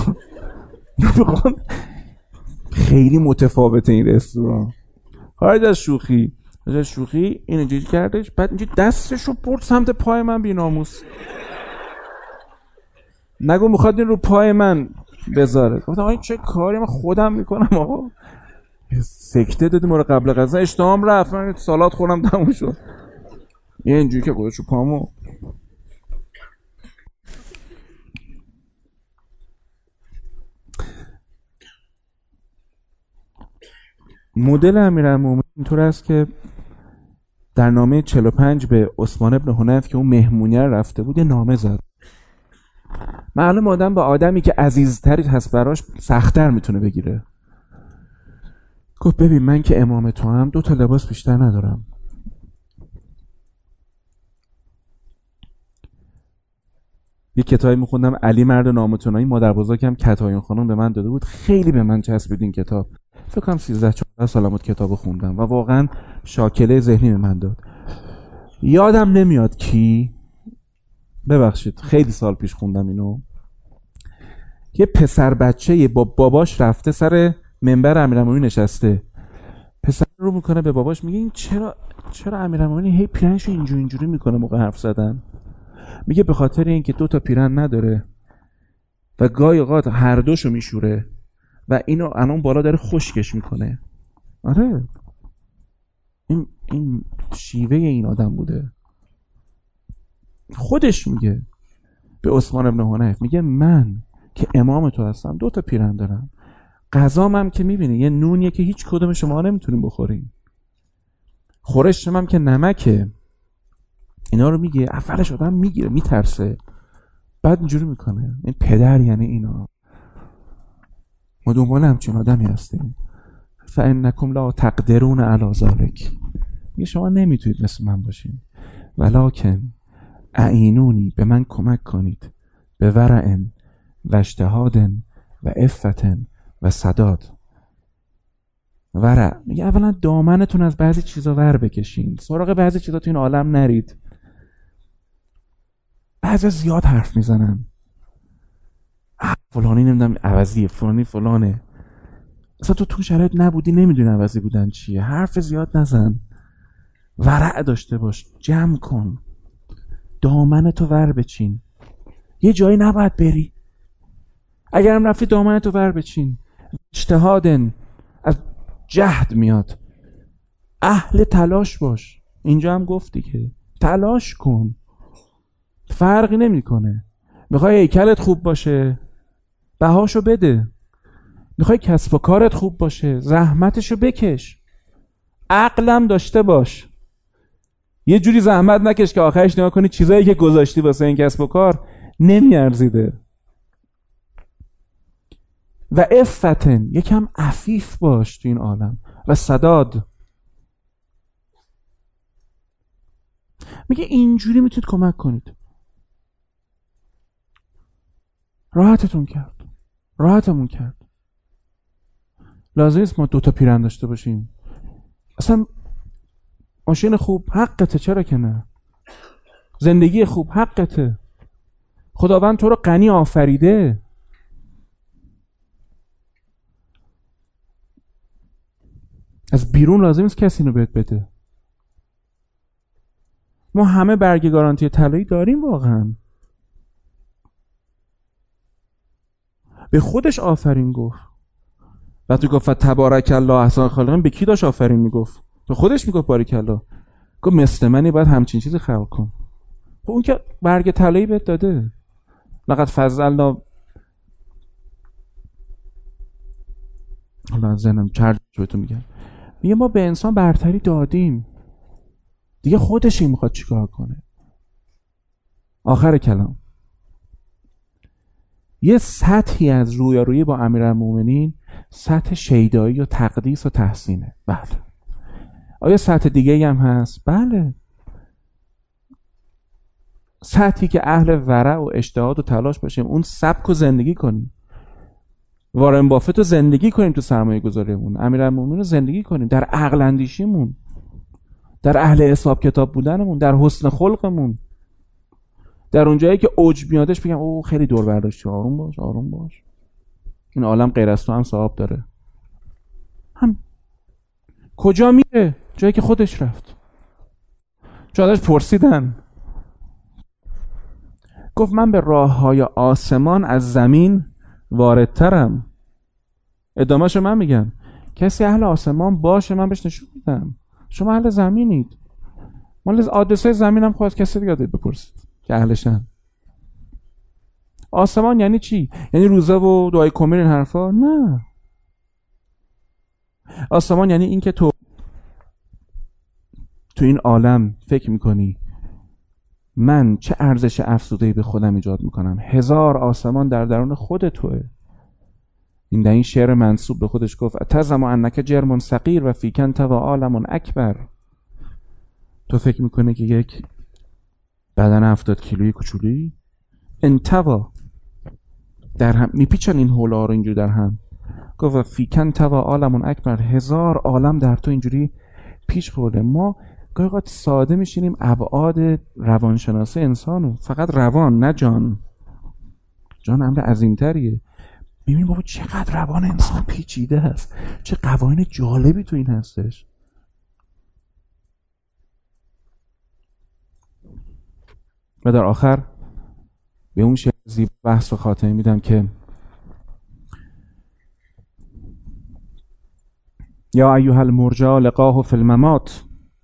[SPEAKER 2] خیلی متفاوته این رستوران. خارج از شوخی این اینجوری کردش، بعد اینجوری دستشو برد سمت پای من بی‌ناموس. نگو میخواد این رو پای من بذاره. گفتم این چه کاری من خودم میکنم آقا. سکته دادیم رو قبل غذا، اشتهام رفت، من سالاد خوردم تموم شد. یه اینجوری که گذاشت رو پامو. مدل امیرالمومنین اینطور است که در نامه 45 به عثمان ابن حنیف که اون مهمونیه رفته بود یه نامه زد. معلوم آدم با آدمی که عزیزتری هست براش سخت‌تر میتونه بگیره. گفت ببین من که امام تو هم 2 تا لباس بیشتر ندارم. یه کتابی میخوندم علی مرد نامتنایی، مادر بزرگم کتایون خانم به من داده بود، خیلی به من چسبید این کتاب. فکر کنم 13-14 سالم بود کتابو خوندم و واقعا شاکله ذهنی به من داد. یادم نمیاد کی، ببخشید خیلی سال پیش خوندم اینو. یه پسر بچه با باباش رفته سر منبر امیرالمومنین نشسته، پسر رو میکنه به باباش میگه این چرا امیرالمومنین هی پیرنشو اینجوری میکنه موقع حرف زدن؟ میگه به خاطر اینکه 2 تا پیرن نداره و گاهی اوقات هر دوشو میشوره و اینو الان بالا داره خشکش میکنه. آره این شیوه این آدم بوده. خودش میگه به عثمان ابن حنیف، میگه من که امام تو هستم 2 تا پیرن دارم، غذام هم که میبینی یه نونیه که هیچ کدوم شما نمیتونیم بخوریم، خورشم هم که نمکه. اینا رو میگه، اولش آدم میگیره میترسه، بعد اینجوری میکنه این پدر یعنی اینا. ما دنبال همچین آدمی هستیم. فانکم لا تقدرون علی ذلک، میگه شما نمیتونید مثل من باشین. ولکن اعینونی، به من کمک کنید، به ورع و اجتهاد و عفت و سداد. ورع میگه اولا دامنتون از بعضی چیزا ور بکشین، سراغ بعضی چیزا تو این عالم نرید. بعضی زیاد حرف میزنن، فلانی نمیدونم عوضیه، فلانی فلانه، اصلا تو شرایط نبودی نمیدونی عوضی بودن چیه. حرف زیاد نزن، ورع داشته باش، جمع کن، دامنتو ور بچین. یه جایی نباید بری، اگرم رفتی دامنتو ور بچین. اجتهادن، از جهد میاد، اهل تلاش باش. اینجا هم گفتی که تلاش کن، فرقی نمیکنه. میخوای هیکلت خوب باشه، بهاشو بده. میخوای کسب و کارت خوب باشه، زحمتشو بکش. عقلم داشته باش، یه جوری زحمت نکش که آخرش نگاه کنی چیزایی که گذاشتی واسه این کسب و کار نمیارزیده. و عفتن، یکم عفیف باش تو این عالم. و سداد، میگه اینجوری میتونید کمک کنید. راحتتون کرد، راحتمون کرد. لازم نیست ما 2 تا پیرن داشته باشیم. اصلا ماشین خوب حقته، چرا که نه؟ زندگی خوب حقته. خداوند تو رو غنی آفریده. از بیرون لازم نیست کسی اینو بهت بده. ما همه برگ گارانتی طلایی داریم واقعا. به خودش آفرین گفت. وقتی گفت تبارک الله احسن الخالقین، به کی داشت آفرین میگفت؟ به خودش میگفت بارک الله. گفت مثل منی باید همچین چیزی خلق کن. خب اون که برگ طلایی بهت داده. لقد فضلنا، حالا ذهنم چرت بهتون میگم، میگه ما به انسان برتری دادیم، دیگه خودش این میخواد چیکار کنه. آخر کلام، یه سطحی از رویارویی با امیرالمومنین سطح شیدایی و تقدیس و تحسینه. بله. آیا سطح دیگه هم هست؟ بله. سطحی که اهل ورع و اجتهاد و تلاش باشیم، اون سبک رو زندگی کنیم. وارن بافت رو زندگی کنیم تو سرمایه گذاریمون، امیرالمومنین رو زندگی کنیم در عقل اندیشیمون، در اهل حساب کتاب بودنمون، در حسن خلقمون، در اون جایی که عجب میادش بگم او خیلی دور برداشتی، آروم باش، آروم باش، این عالم غیر از تو هم صاحب داره. هم کجا میره؟ جایی که خودش رفت. چون ازش پرسیدن، گفت من به راههای آسمان از زمین واردترم. ادامهشو من میگم، کسی اهل آسمان باشه من بهش نشون میدم. شما اهل زمینید. مال آدرسای زمینم خواست کسی دیگه بپرسید که اهلشن. آسمان یعنی چی؟ یعنی روزه و دعای کمر این حرفا؟ نه. آسمان یعنی این که تو این عالم فکر میکنی من چه ارزش افزوده‌ای به خودم ایجاد میکنم. 1000 آسمان در درون خود توئه. این در این شعر منسوب به خودش گفت اتزم انک جرم صغیر و فیکن توا عالم اکبر. تو فکر میکنه که یک بدن 70 کیلویی کوچولی انتوا در هم میپیچن این حولا رو اینجوری در هم. گفت فیکن توا عالم اکبر، 1000 عالم در تو اینجوری پیش خورده. ما گاهی اوقات ساده میشینیم ابعاد روانشناسی انسانو، فقط روان نه جان. جان امر عظیمتریه. ببین بابا چقدر روان انسان پیچیده هست، چه قوانین جالبی تو این هستش. و در آخر به اون شعر زیبا بحث و خاتمه میدم که یا ایها المرجا لقاه فی الممات.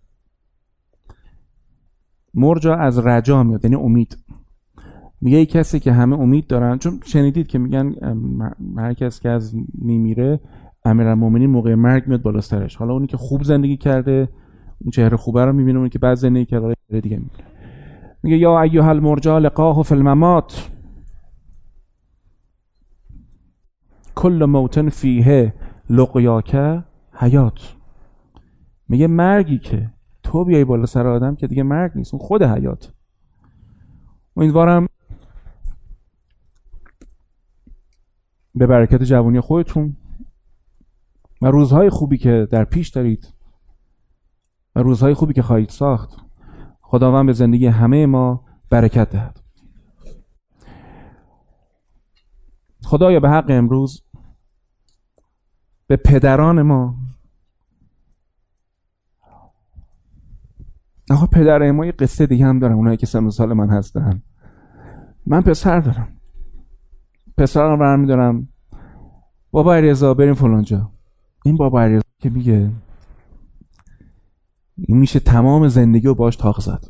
[SPEAKER 2] مرجا از رجا میاد، یعنی امید. میگه ای کسی که همه امید دارن، چون شنیدید که میگن هر کسی که از میمیره امیرالمومنین موقع مرگ میاد بالا سرش. حالا اونی که خوب زندگی کرده اون چهره خوبه رو میبینه، اونی که بد زندگی کرده چهره دیگه میبینه. میگه یا ایها المرجا لقاه فی الممات کل موت فیه لقیاک حیات. میگه مرگی که تو تو بیای بالا سر آدم که دیگه مرگ نیست، اون خود حیات. امیدوارم به برکت جوانی خودتون و روزهای خوبی که در پیش دارید و روزهای خوبی که خواهید ساخت، خداوند به زندگی همه ما برکت دهد. خدایا به حق امروز به پدران ما، آقا پدر ما یه قصه دیگه هم دارن، اونایی که سن و سال من هستن. من پسر دارم، پسرم برمی دارم، بابا علیرضا بریم فلانجا. این بابا علیرضا که میگه این میشه تمام زندگی رو باش تاق زد.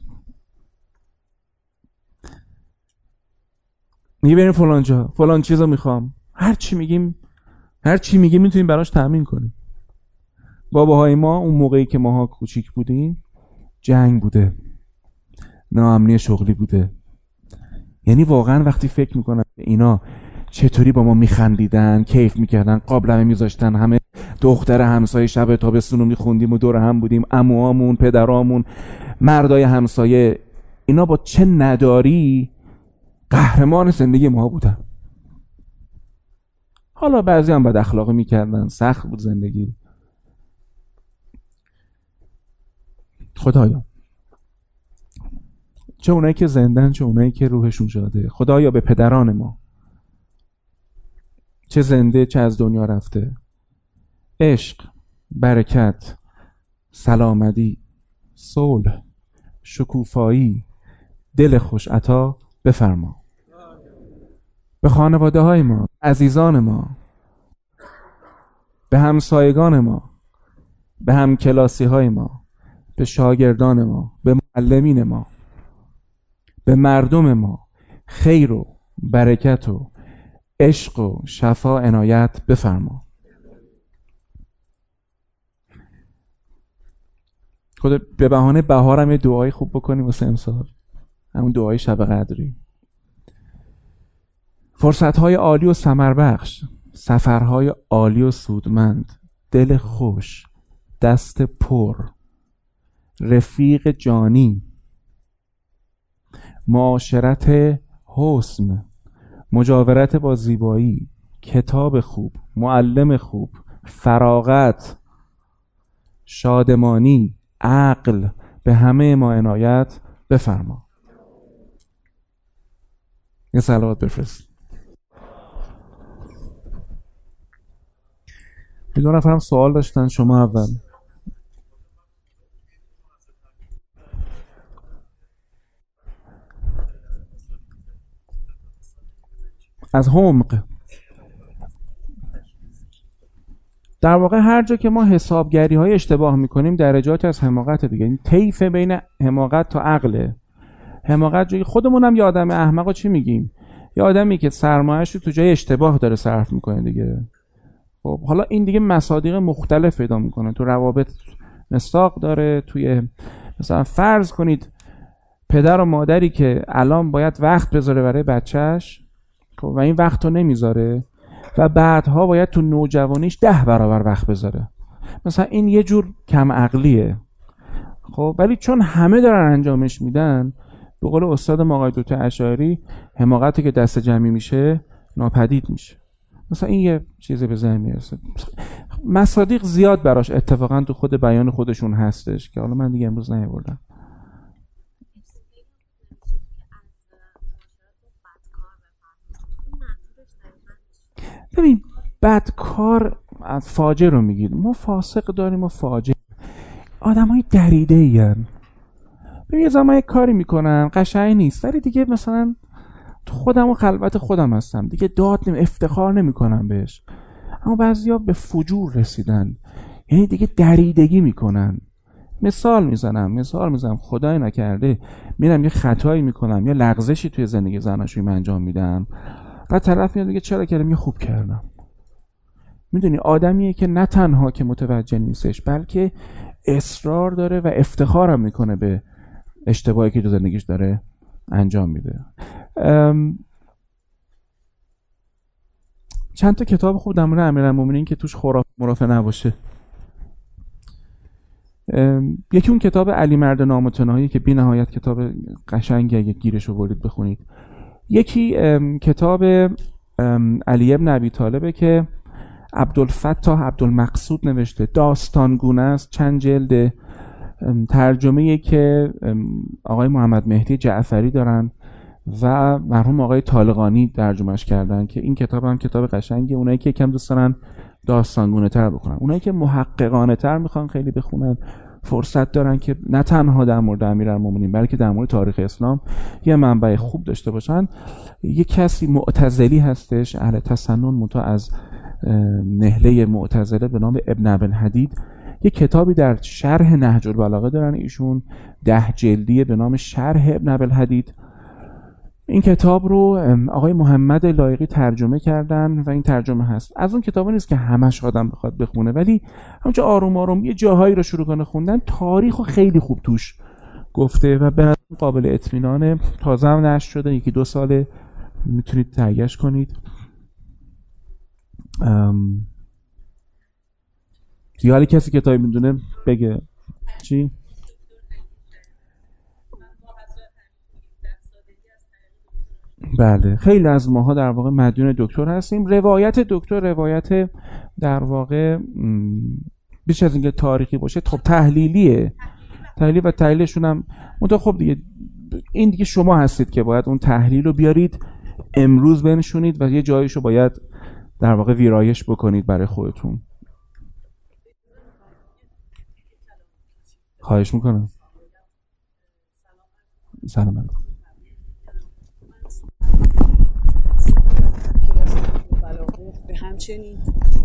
[SPEAKER 2] میگه بریم فلانجا، فلان چیزو میخوام، هر چی میگیم میتونیم براش تأمین کنیم. باباهای ما اون موقعی که ماها کوچیک بودیم جنگ بوده، ناامنی شغلی بوده. یعنی واقعا وقتی فکر میکنم اینا چطوری با ما میخندیدن، کیف میکردن، قابلمه میذاشتن، همه دختر همسایه شب تابستون رو میخوندیم و دور هم بودیم، عموامون، پدرامون، مردای همسایه، اینا با چه نداری قهرمان زندگی ما بودن. حالا بعضی هم بد اخلاقی میکردن، سخت بود زندگی. خدایا چه اونایی که زندن، چه اونایی که روحشون شاده، خدایا به پدران ما، چه زنده چه از دنیا رفته، عشق، برکت، سلامتی، صلح، شکوفایی، دل خوش عطا بفرما. به خانواده های ما، عزیزان ما، به همسایگان ما، به همکلاسی های ما، به شاگردان ما، به معلمین ما، به مردم ما خیر و برکت و عشق و شفا عنایت بفرما. خدا به بهانه بهارم یه دعای خوب بکنیم واسه امسال، همون دعای شب قدری. فرصت‌های عالی و ثمربخش، سفرهای عالی و سودمند، دل خوش، دست پر، رفیق جانی، معاشرت حسن، مجاورت با زیبایی، کتاب خوب، معلم خوب، فراغت، شادمانی، عقل به همه ما عنایت بفرما. یه صلوات بفرست. دو نفرم سوال داشتن، شما اول. از حمق، در واقع هر جا که ما حسابگری های اشتباه میکنیم درجات از حماقت دیگه. این طیف بین حماقت تا عقله. حماقت جایی خودمونم یه آدم احمقو چی میگیم؟ یه آدمی که سرمایه‌اش رو تو جای اشتباه داره صرف میکنه دیگه. خب حالا این دیگه مصادیق مختلف پیدا میکنه، تو روابط مصداق داره، توی مثلا فرض کنید پدر و مادری که الان باید وقت بذاره برای بچهش و این وقت رو نمیذاره و بعدها باید تو نوجوانیش 10 برابر وقت بذاره، مثلا این یه جور کم عقلیه. خب ولی چون همه دارن انجامش میدن، به قول استاد ما آقای دکتر اشعری، حماقتی که دست جمعی میشه ناپدید میشه. مثلا این یه چیزی به ذهن میرسه. مصادیق زیاد براش اتفاقا تو خود بیان خودشون هستش که حالا من دیگه امروز نیاوردم. ببین بدکار از فاجر رو میگید، ما فاسق داریم و فاجر، آدم های دریده این. ببین یه زمان یک کاری میکنن قشنگ نیست ولی دیگه مثلا تو خودم و خلوت خودم هستم دیگه، داد افتخار نمیکنم بهش. اما بعضیا به فجور رسیدن، یعنی دیگه دریدگی میکنن. مثال میزنم خدای نکرده میرم یه خطایی میکنم، یه لغزشی توی زندگی زناشویی انجام میدم، بعد طرف میاد میگه چرا کردم؟ یه خوب کردم. میدونی آدمیه که نه تنها که متوجه نیستش بلکه اصرار داره و افتخارم میکنه به اشتباهی که تو زندگیش داره انجام میده. چند تا کتاب خوب در مورد امیرالمومنین که توش خرافه نباشه. یکی اون کتاب علی مرد نامتناهی که بی نهایت کتاب قشنگی اگه گیرش آوردید بخونید. یکی کتاب علی ابن ابی طالبه که عبدالفتاح عبدالمقصود نوشته، داستانگونه است، چند جلد، ترجمه‌ای که آقای محمد مهدی جعفری دارن و مرحوم آقای طالقانی ترجمهش کردن که این کتاب هم کتاب قشنگه. اونایی که یکم دوست دارن داستانگونه تر بخونن، اونایی که محققانه تر میخوان خیلی بخونن، فرصت دارن که نه تنها در مورد امیرالمومنین بلکه در مورد تاریخ اسلام یه منبع خوب داشته باشن. یه کسی معتزلی هستش، اهل تسنن منتها از نهله معتزله، به نام ابن ابوالحدید. یه کتابی در شرح نهج البلاغه دارن ایشون، 10 جلدیه به نام شرح ابن ابوالحدید. این کتاب رو آقای محمد لایقی ترجمه کردن و این ترجمه هست. از اون کتابا نیست که همش آدم بخواد بخونه، ولی همونجا آروم آروم یه جاهایی رو شروع کنه خوندن. تاریخو خیلی خوب توش گفته و به نظر قابل اطمینانه. تازه هم نشر شده، 1-2 ساله، میتونید تهیه‌اش کنید. دیگه حالا کسی کتابی میدونه بگه. چی؟ بله، خیلی از ماها در واقع مدیون دکتر هستیم. روایت دکتر روایت در واقع بیش از اینکه تاریخی باشه خب تحلیلیه، تحلیل و تحلیلشون هم منتها خب دیگه این دیگه شما هستید که باید اون تحلیل رو بیارید امروز بنشونید و یه جایشو باید در واقع ویرایش بکنید برای خودتون. خواهش میکنم. سلام علیکم.
[SPEAKER 3] به همچنین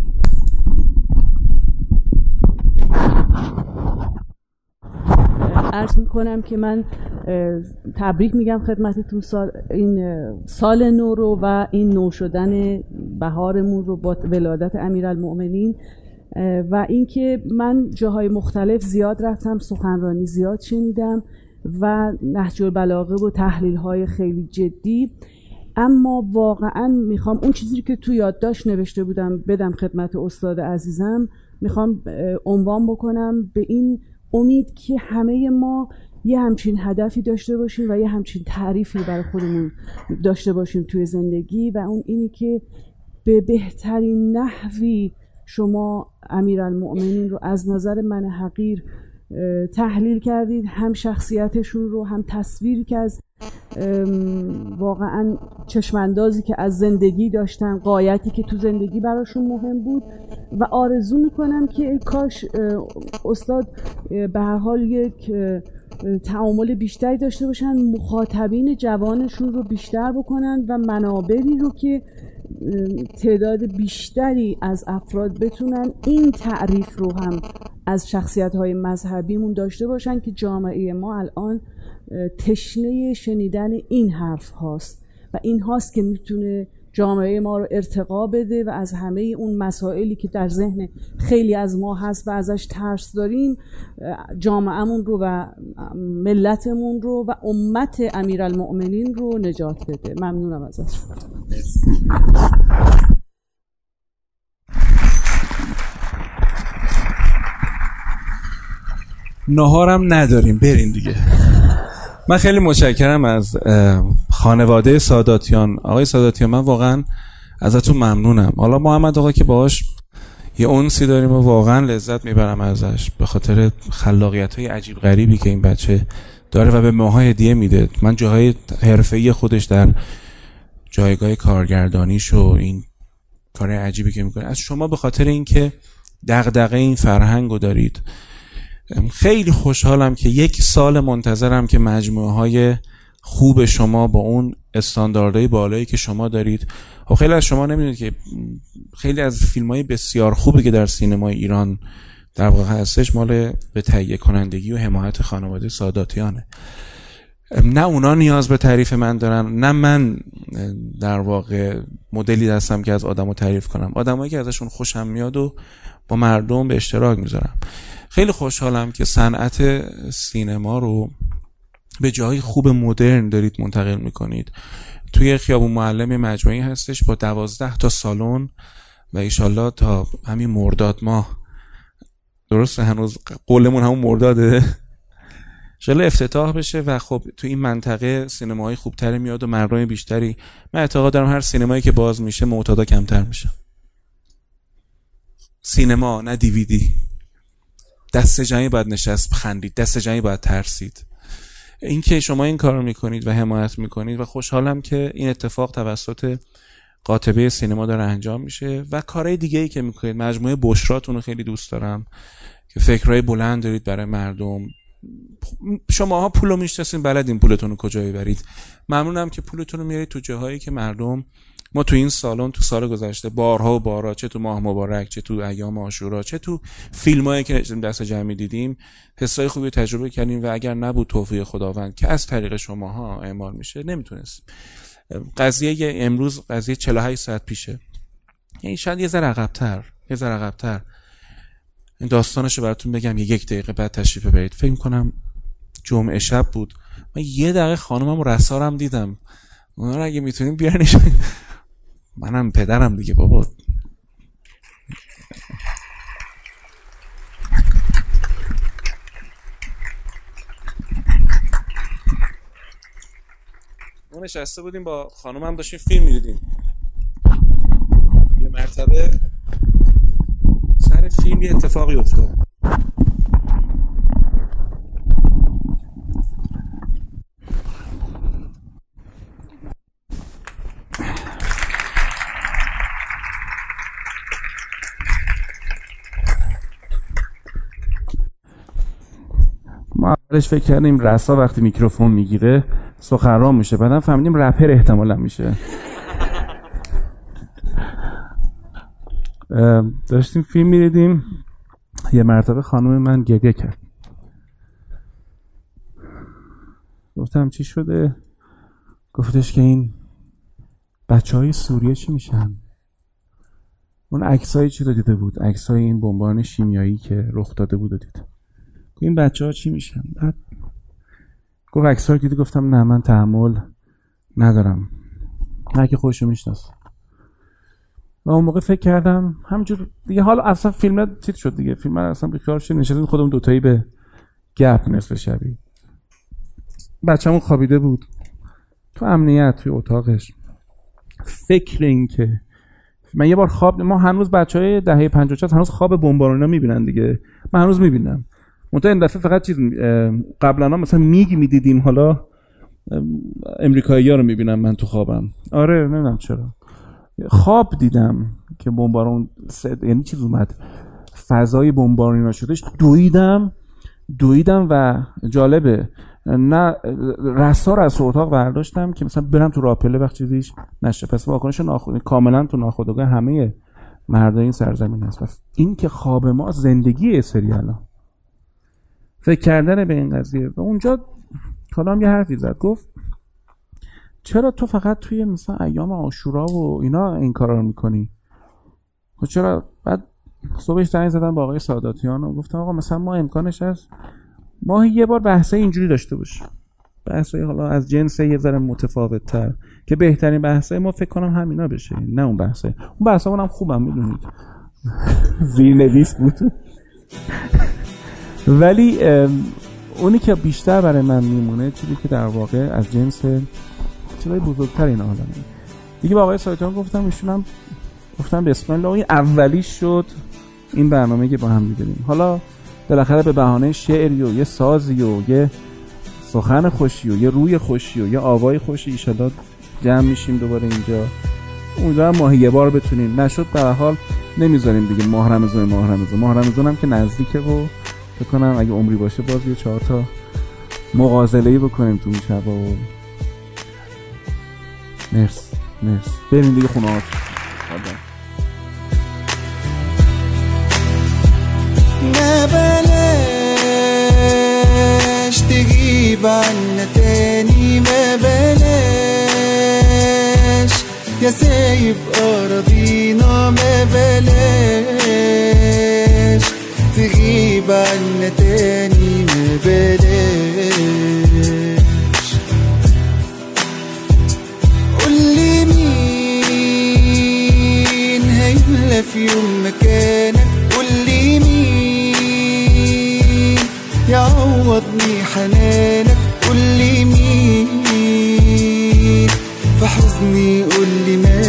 [SPEAKER 3] عرض میکنم که من تبریک میگم خدمتتون این سال نو رو و این نو شدن بهارمون رو با ولادت امیرالمؤمنین و اینکه من جاهای مختلف زیاد رفتم، سخنرانی زیاد شنیدم و نهج البلاغه و تحلیل‌های خیلی جدی. اما واقعا میخوام اون چیزی که تو یادداشت نوشته بودم بدم خدمت استاد عزیزم. میخوام عنوان بکنم به این امید که همه ما یه همچین هدفی داشته باشیم و یه همچین تعریفی برای خودمون داشته باشیم توی زندگی، و اون اینی که به بهترین نحوی شما امیرالمؤمنین رو از نظر من حقیر تحلیل کردید، هم شخصیتشون رو، هم تصویری که از واقعا چشماندازی که از زندگی داشتن، غایتی که تو زندگی براشون مهم بود. و آرزو میکنم که ای کاش استاد به هر حال یک تعامل بیشتری داشته باشن، مخاطبین جوانشون رو بیشتر بکنن و منابری رو که تعداد بیشتری از افراد بتونن این تعریف رو هم از شخصیت‌های مذهبیمون داشته باشن که جامعه ما الان تشنه شنیدن این حرف هاست و این هاست که میتونه جامعه ما رو ارتقا بده و از همه اون مسائلی که در ذهن خیلی از ما هست و ازش ترس داریم جامعهمون رو و ملتمون رو و امت امیرالمؤمنین رو نجات بده. ممنونم ازتون.
[SPEAKER 1] نهارم نداریم، برین دیگه. من خیلی متشکرم از خانواده ساداتیان. آقای ساداتیان، من واقعا ازتون ممنونم. حالا محمد آقا که باهاش یه انسی داریم و واقعا لذت میبرم ازش به خاطر خلاقیت‌های عجیب غریبی که این بچه داره و به ماها هدیه میده. من جاهای حرفه‌ای خودش در جایگاه کارگردانیش و این کار عجیبی که میکنه، از شما به خاطر اینکه دغدغه این فرهنگو دارید. خیلی خوشحالم که 1 سال منتظرم که مجموعه های خوب شما با اون استانداردهای بالایی که شما دارید، و خیلی از شما نمیدونید که خیلی از فیلم‌های بسیار خوبی که در سینمای ایران در واقع هستش مال به تهیه کنندگی و حمایت خانواده ساداتیانه. نه اونا نیاز به تعریف من دارن، نه من در واقع مدلی هستم که از آدمو تعریف کنم. آدمایی که ازشون خوشم میاد و با مردم به اشتراک میذارم. خیلی خوشحالم که صنعت سینما رو به جای خوب مدرن دارید منتقل میکنید. توی خیابون معلم مجموعی هستش با 12 تا سالن و ایشالله تا همین مرداد ماه درسته هنوز قولمون همون مرداده. انشالله افتتاح بشه و خب تو این منطقه سینماهای خوبتری میاد و مردم بیشتری. من اعتقاد دارم هر سینمایی که باز میشه معتادا کمتر میشه. سینما نه دیویدی. دست جمعی باید نشست خندید، دست جمعی باید ترسید. این که شما این کارو میکنید و حمایت میکنید و خوشحالم که این اتفاق توسط قاطبه سینما داره انجام میشه و کارهای دیگه‌ای که میکنید. مجموعه بشراتون رو خیلی دوست دارم که فکرهای بلند دارید برای مردم. شماها پولو میشناسین، بلدین پولتون رو کجا ببرید. ممنونم که پولتون رو میارید تو جاهایی که مردم، ما تو این سالن تو سال گذشته بارها و بارها، چه تو ماه مبارک، چه تو ایام عاشورا، چه تو فیلمایی که دست جمعی دیدیم، حسای خوبی تجربه کردیم و اگر نبود توفیق خداوند که از طریق شماها اعمال میشه نمیتونست. قضیه امروز قضیه 48 ساعت پیشه، یعنی شاید یه ذره عقب‌تر این داستانشو براتون بگم، یک دقیقه بعد تشریف ببرید. فکر کنم جمعه شب بود، من یه دقیقه خانومم رسارم دیدم. اونا رو اگه میتونیم بیارنش. منم پدرم دیگه بابا. ما نشسته بودیم با خانومم داشتیم فیلم می‌دیدیم. یه مرتبه سر فیلم یه اتفاقی افتاد.
[SPEAKER 2] ما اولش فکر کردیم رسا وقتی میکروفون میگیره سخنران میشه، بعدم فهمیدیم رپر احتمالا میشه. داشتیم فیلم میدیدیم، یه مرتبه خانم من گریه کرد. گفتم چی شده؟ گفتش که این بچهای سوریه چی میشن؟ اون عکسای چی رو دیده بود؟ عکسای این بمباران شیمیایی که رخ داده بود دید. این بچه‌ها چی میشن؟ بعد گفت عکس‌ها رو دیدی؟ گفتم نه من تحمل ندارم. نه که خودشو میشناسه. و اون موقع فکر کردم همینجور دیگه، حالا اصلا فیلم تیتر شد دیگه، فیلم اصلا بیکار شد، نشستیم خودمون دوتایی به گپ نصف شبی. بچه‌مون خوابیده بود تو امنیت توی اتاقش. فکر این که من یه بار خواب، ما هنوز بچهای دهه 50 هنوز خواب بمبارانا میبینن دیگه، من هنوز میبینم. منتها این دفعه فقط چیز قبلا مثلا میگی میدیدیم، حالا امریکایی‌ها رو میبینم من تو خوابم. آره نمیدونم چرا خواب دیدم که بمبارون یعنی چیز اومد، فضای بمبارینا شدش، دویدم و جالبه نه رسا رو از اتاق برداشتم که مثلا برم تو راپله وقت چیزیش نشه. پس واکنش کاملا تو ناخودآگاه همه مردای این سرزمین هست. پس این که خواب ما زندگی سریالا، فکر کردن به این قضیه. و اونجا حالا هم یه حرفی زد، گفت چرا تو فقط توی مثلا ایام عاشورا و اینا این کارا رو میکنی؟ چرا؟ بعد صبحش زنگ زدم با آقای ساداتیان و گفتم آقا مثلا ما امکانش هست ماهی یه بار بحثه اینجوری داشته باشیم، بحثه حالا از جنس یه ذره متفاوت تر که بهترین بحثه ما فکر کنم همینا بشه، نه اون بحثه. اون بحثه هم خوبم میدونید زیرنویس بود. ولی اونی که بیشتر برای من میمونه چیزی که در واقع از جنس چیزای بزرگتر این عالمه دیگه. با آقای سایتان گفتم بسم الله، این اولیش شد این برنامه که با هم می‌دیدیم. حالا بالاخره به بهانه شعری و یه سازی و یه سخن خوشی و یه روی خوشی و یه آوای خوشی ان شاءالله جمع میشیم دوباره اینجا. امیدوارم ماهی یه بار بتونیم، نشد به هر حال نمیذاریم دیگه. ماه رمضان هم که نزدیکه و فکر کنم اگه عمری باشه باز یه 4 تا مغازله‌ای بکنیم تو این شبا. و مرسی بریم دیگه خونه‌هات.
[SPEAKER 4] ما بلاش تغيب عنا تاني، ما بلاش يا سايب أراضينا، ما بلاش تغيب عنا تاني، ما بلاش. قولي مين هيملى في يوم مكانك، قولي مين يعوضني حنانك. قولي مين في حزني، قولي مين